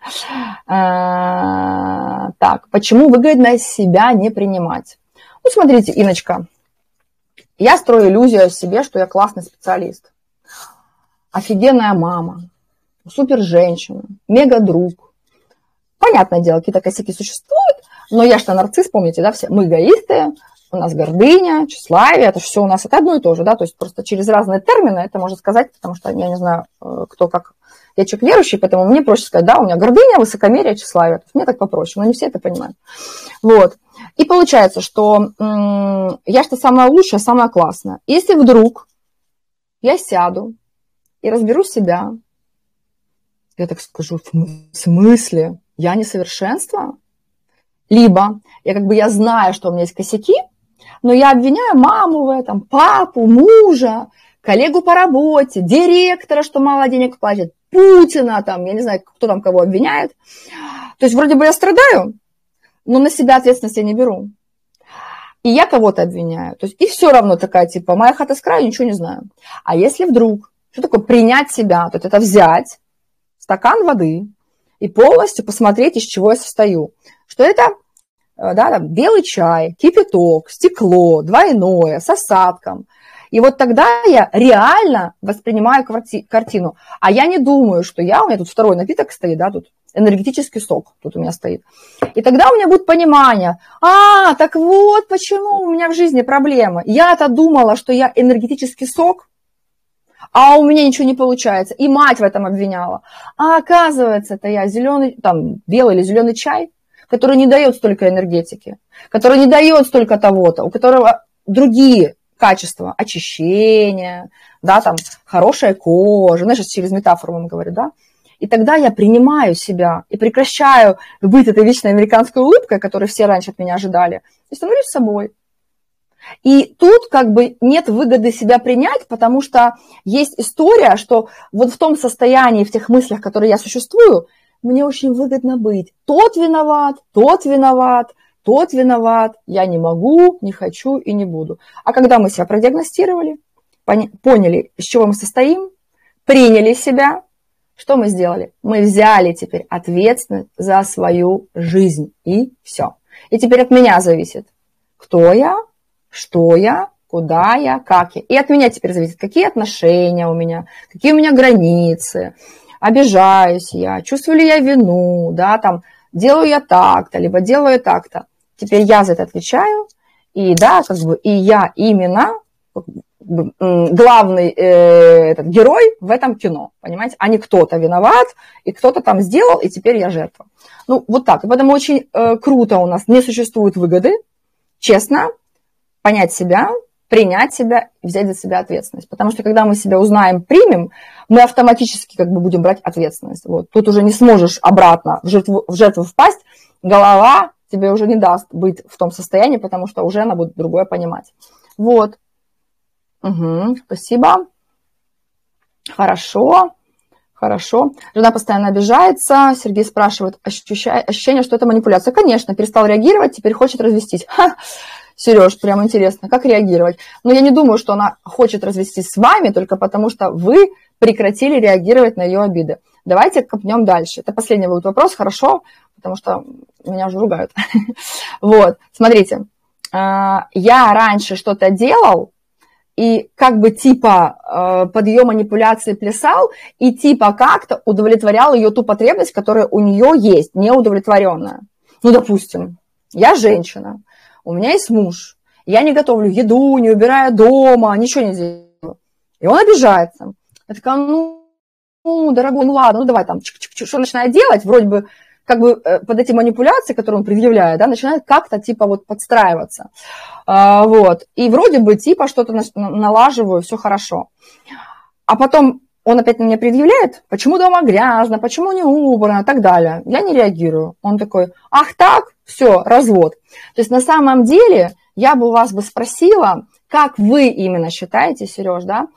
Так, почему выгодно себя не принимать? Ну, смотрите, Иночка, я строю иллюзию о себе, что я классный специалист. Офигенная мама, супер женщина, мега друг. Понятное дело, какие-то косяки существуют, но я что нарцисс, помните, да, все мы эгоисты, у нас гордыня, тщеславие, это все у нас это одно и то же, да, то есть просто через разные термины это можно сказать, потому что я не знаю, кто как, я человек верующий, поэтому мне проще сказать, да, у меня гордыня, высокомерие, тщеславие, то есть мне так попроще, но не все это понимают. Вот, и получается, что я что самое лучшее, самое классное. Если вдруг я сяду и разберу себя, я так скажу, в смысле? Я несовершенство? Либо я знаю, что у меня есть косяки, но я обвиняю маму в этом, папу, мужа, коллегу по работе, директора, что мало денег платит, Путина, там, я не знаю, кто там кого обвиняет. То есть вроде бы я страдаю, но на себя ответственность я не беру. И я кого-то обвиняю. То есть, и все равно такая, типа, моя хата с краю, ничего не знаю. А если вдруг Что такое принять себя? То есть это взять стакан воды и полностью посмотреть, из чего я состою. Что это да, там, белый чай, кипяток, стекло, двойное, с осадком. И вот тогда я реально воспринимаю картину. А я не думаю, что у меня тут второй напиток стоит, да, тут энергетический сок тут у меня стоит. И тогда у меня будет понимание, так вот почему у меня в жизни проблемы. Я-то думала, что я энергетический сок, а у меня ничего не получается. И мать в этом обвиняла. А оказывается, это я белый или зеленый чай, который не дает столько энергетики, который не дает столько того-то, у которого другие качества, очищения, да, там, хорошая кожа, знаешь, через метафору вам говорю, да. И тогда я принимаю себя и прекращаю быть этой вечной американской улыбкой, которую все раньше от меня ожидали, и становлюсь собой. И тут как бы нет выгоды себя принять, потому что есть история, что вот в том состоянии, в тех мыслях, которые я существую, мне очень выгодно быть. Тот виноват, тот виноват, тот виноват, я не могу, не хочу и не буду. А когда мы себя продиагностировали, поняли, из чего мы состоим, приняли себя, что мы сделали? Мы взяли теперь ответственность за свою жизнь, и все. И теперь от меня зависит, кто я, что я, куда я, как я. И от меня теперь зависит, какие отношения у меня, какие у меня границы, обижаюсь я, чувствую ли я вину, да, там, делаю я так-то, либо делаю так-то. Теперь я за это отвечаю, и да, как бы, и я именно главный этот герой в этом кино, понимаете, а не кто-то виноват, и кто-то там сделал, и теперь я жертва. Ну, вот так. И поэтому очень круто у нас не существует выгоды, честно, понять себя, принять себя и взять за себя ответственность. Потому что когда мы себя узнаем, примем, мы автоматически как бы будем брать ответственность. Вот. Тут уже не сможешь обратно в жертву впасть, голова тебе уже не даст быть в том состоянии, потому что уже она будет другое понимать. Вот. Угу, спасибо. Хорошо. Хорошо. Жена постоянно обижается. Сергей спрашивает, ощущение, что это манипуляция. Конечно, перестал реагировать, теперь хочет развестись. Сереж, прям интересно, как реагировать? Но я не думаю, что она хочет развестись с вами только потому, что вы прекратили реагировать на ее обиды. Давайте копнем дальше. Это последний будет вопрос, хорошо? Потому что меня уже ругают. Вот, смотрите. Я раньше что-то делал, и как бы типа под ее манипуляции плясал, и типа как-то удовлетворял ее ту потребность, которая у нее есть, неудовлетворенная. Ну, допустим, я женщина, у меня есть муж, я не готовлю еду, не убираю дома, ничего не делаю. И он обижается. Я такая, ну, дорогой, ну ладно, ну давай там, что начинает делать, вроде бы, как бы под эти манипуляции, которые он предъявляет, да, начинает как-то типа вот подстраиваться. Вот. И вроде бы типа что-то налаживаю, все хорошо. А потом он опять на меня предъявляет, почему дома грязно, почему не убрано и так далее. Я не реагирую. Он такой, ах так, все, развод. То есть на самом деле я бы у вас бы спросила, как вы именно считаете, Сереж, да,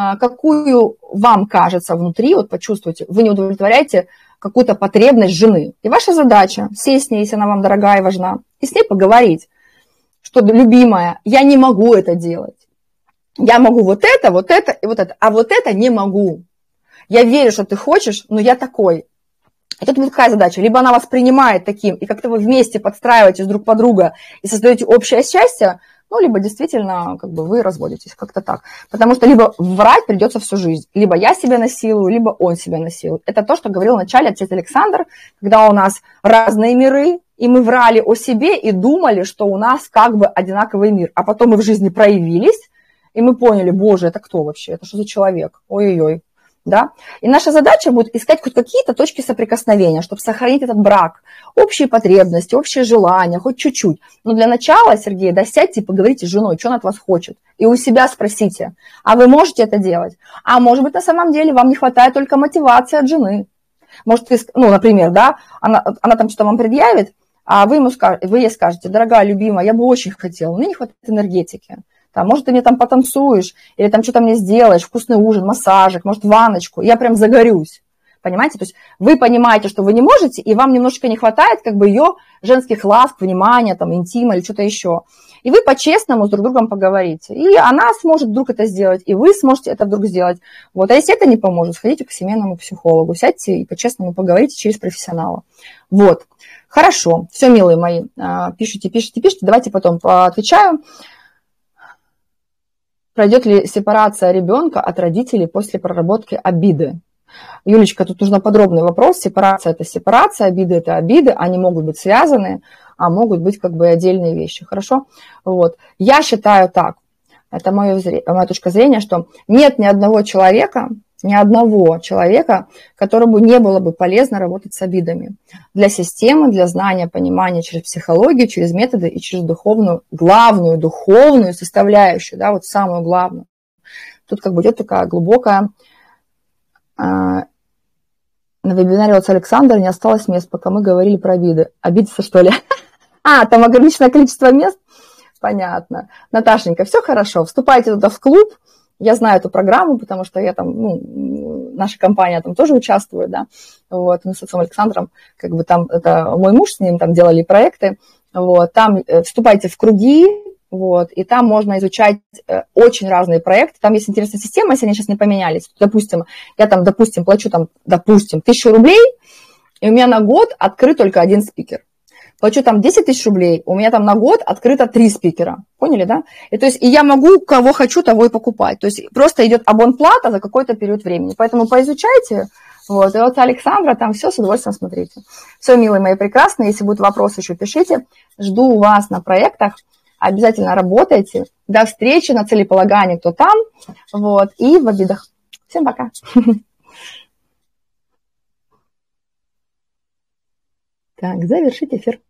какую вам кажется внутри, вот почувствуйте, вы не удовлетворяете какую-то потребность жены. И ваша задача сесть с ней, если она вам дорогая и важна, и с ней поговорить, что, любимая, я не могу это делать. Я могу вот это и вот это, а вот это не могу. Я верю, что ты хочешь, но я такой. И тут будет какая задача? Либо она вас принимает таким, и как-то вы вместе подстраиваетесь друг под друга и создаете общее счастье, ну, либо действительно, как бы вы разводитесь, как-то так. Потому что либо врать придется всю жизнь, либо я себя насилую, либо он себя насилует. Это то, что говорил вначале отец Александр, когда у нас разные миры, и мы врали о себе и думали, что у нас как бы одинаковый мир. А потом мы в жизни проявились, и мы поняли, боже, это кто вообще? Это что за человек? Ой-ой-ой. Да? И наша задача будет искать хоть какие-то точки соприкосновения, чтобы сохранить этот брак, общие потребности, общие желания, хоть чуть-чуть. Но для начала, Сергей, да, сядьте и поговорите с женой, что она от вас хочет. И у себя спросите, а вы можете это делать? А может быть, на самом деле вам не хватает только мотивации от жены. Может, ну, например, да, она там что-то вам предъявит, а вы ей скажете, дорогая, любимая, я бы очень хотела, но мне не хватает энергетики. Там, может, ты мне там потанцуешь, или там что-то мне сделаешь, вкусный ужин, массажик, может, ванночку. Я прям загорюсь. Понимаете? То есть вы понимаете, что вы не можете, и вам немножечко не хватает как бы ее женских ласк, внимания, там, интима или что-то еще. И вы по-честному с друг другом поговорите. И она сможет вдруг это сделать, и вы сможете это вдруг сделать. Вот. А если это не поможет, сходите к семейному психологу, сядьте и по-честному поговорите через профессионала. Вот. Хорошо. Все, милые мои, пишите. Давайте потом поотвечаю. Пройдет ли сепарация ребенка от родителей после проработки обиды? Юлечка, тут нужно подробный вопрос. Сепарация – это сепарация, обиды – это обиды. Они могут быть связаны, а могут быть как бы отдельные вещи. Хорошо? Вот. Я считаю так, это моя точка зрения, что нет ни одного человека, которому не было бы полезно работать с обидами. Для системы, для знания, понимания через психологию, через методы и через духовную, главную духовную составляющую, да, вот самую главную. Тут как бы идет такая глубокая... На вебинаре от Александра не осталось мест, пока мы говорили про обиды. Обидеться, что ли? Там ограниченное количество мест? Понятно. Наташенька, все хорошо. Вступайте туда в клуб. Я знаю эту программу, потому что я там, наша компания там тоже участвует, да. Вот, мы с отцом Александром, как бы там, это мой муж, с ним там делали проекты. Вот, там вступайте в круги, вот, и там можно изучать очень разные проекты. Там есть интересная система, если они сейчас не поменялись. Допустим, я там, плачу там, 1000 рублей, и у меня на год открыт только один спикер. Плачу там 10 тысяч рублей, у меня там на год открыто 3 спикера. Поняли, да? И, то есть, и я могу, кого хочу, того и покупать. То есть просто идет абонплата за какой-то период времени. Поэтому поизучайте. Вот, и вот Александра, там все с удовольствием смотрите. Все, милые мои прекрасные, если будут вопросы, еще пишите. Жду вас на проектах. Обязательно работайте. До встречи на целеполагании, кто там. Вот, и в обидах. Всем пока. Так, завершить эфир.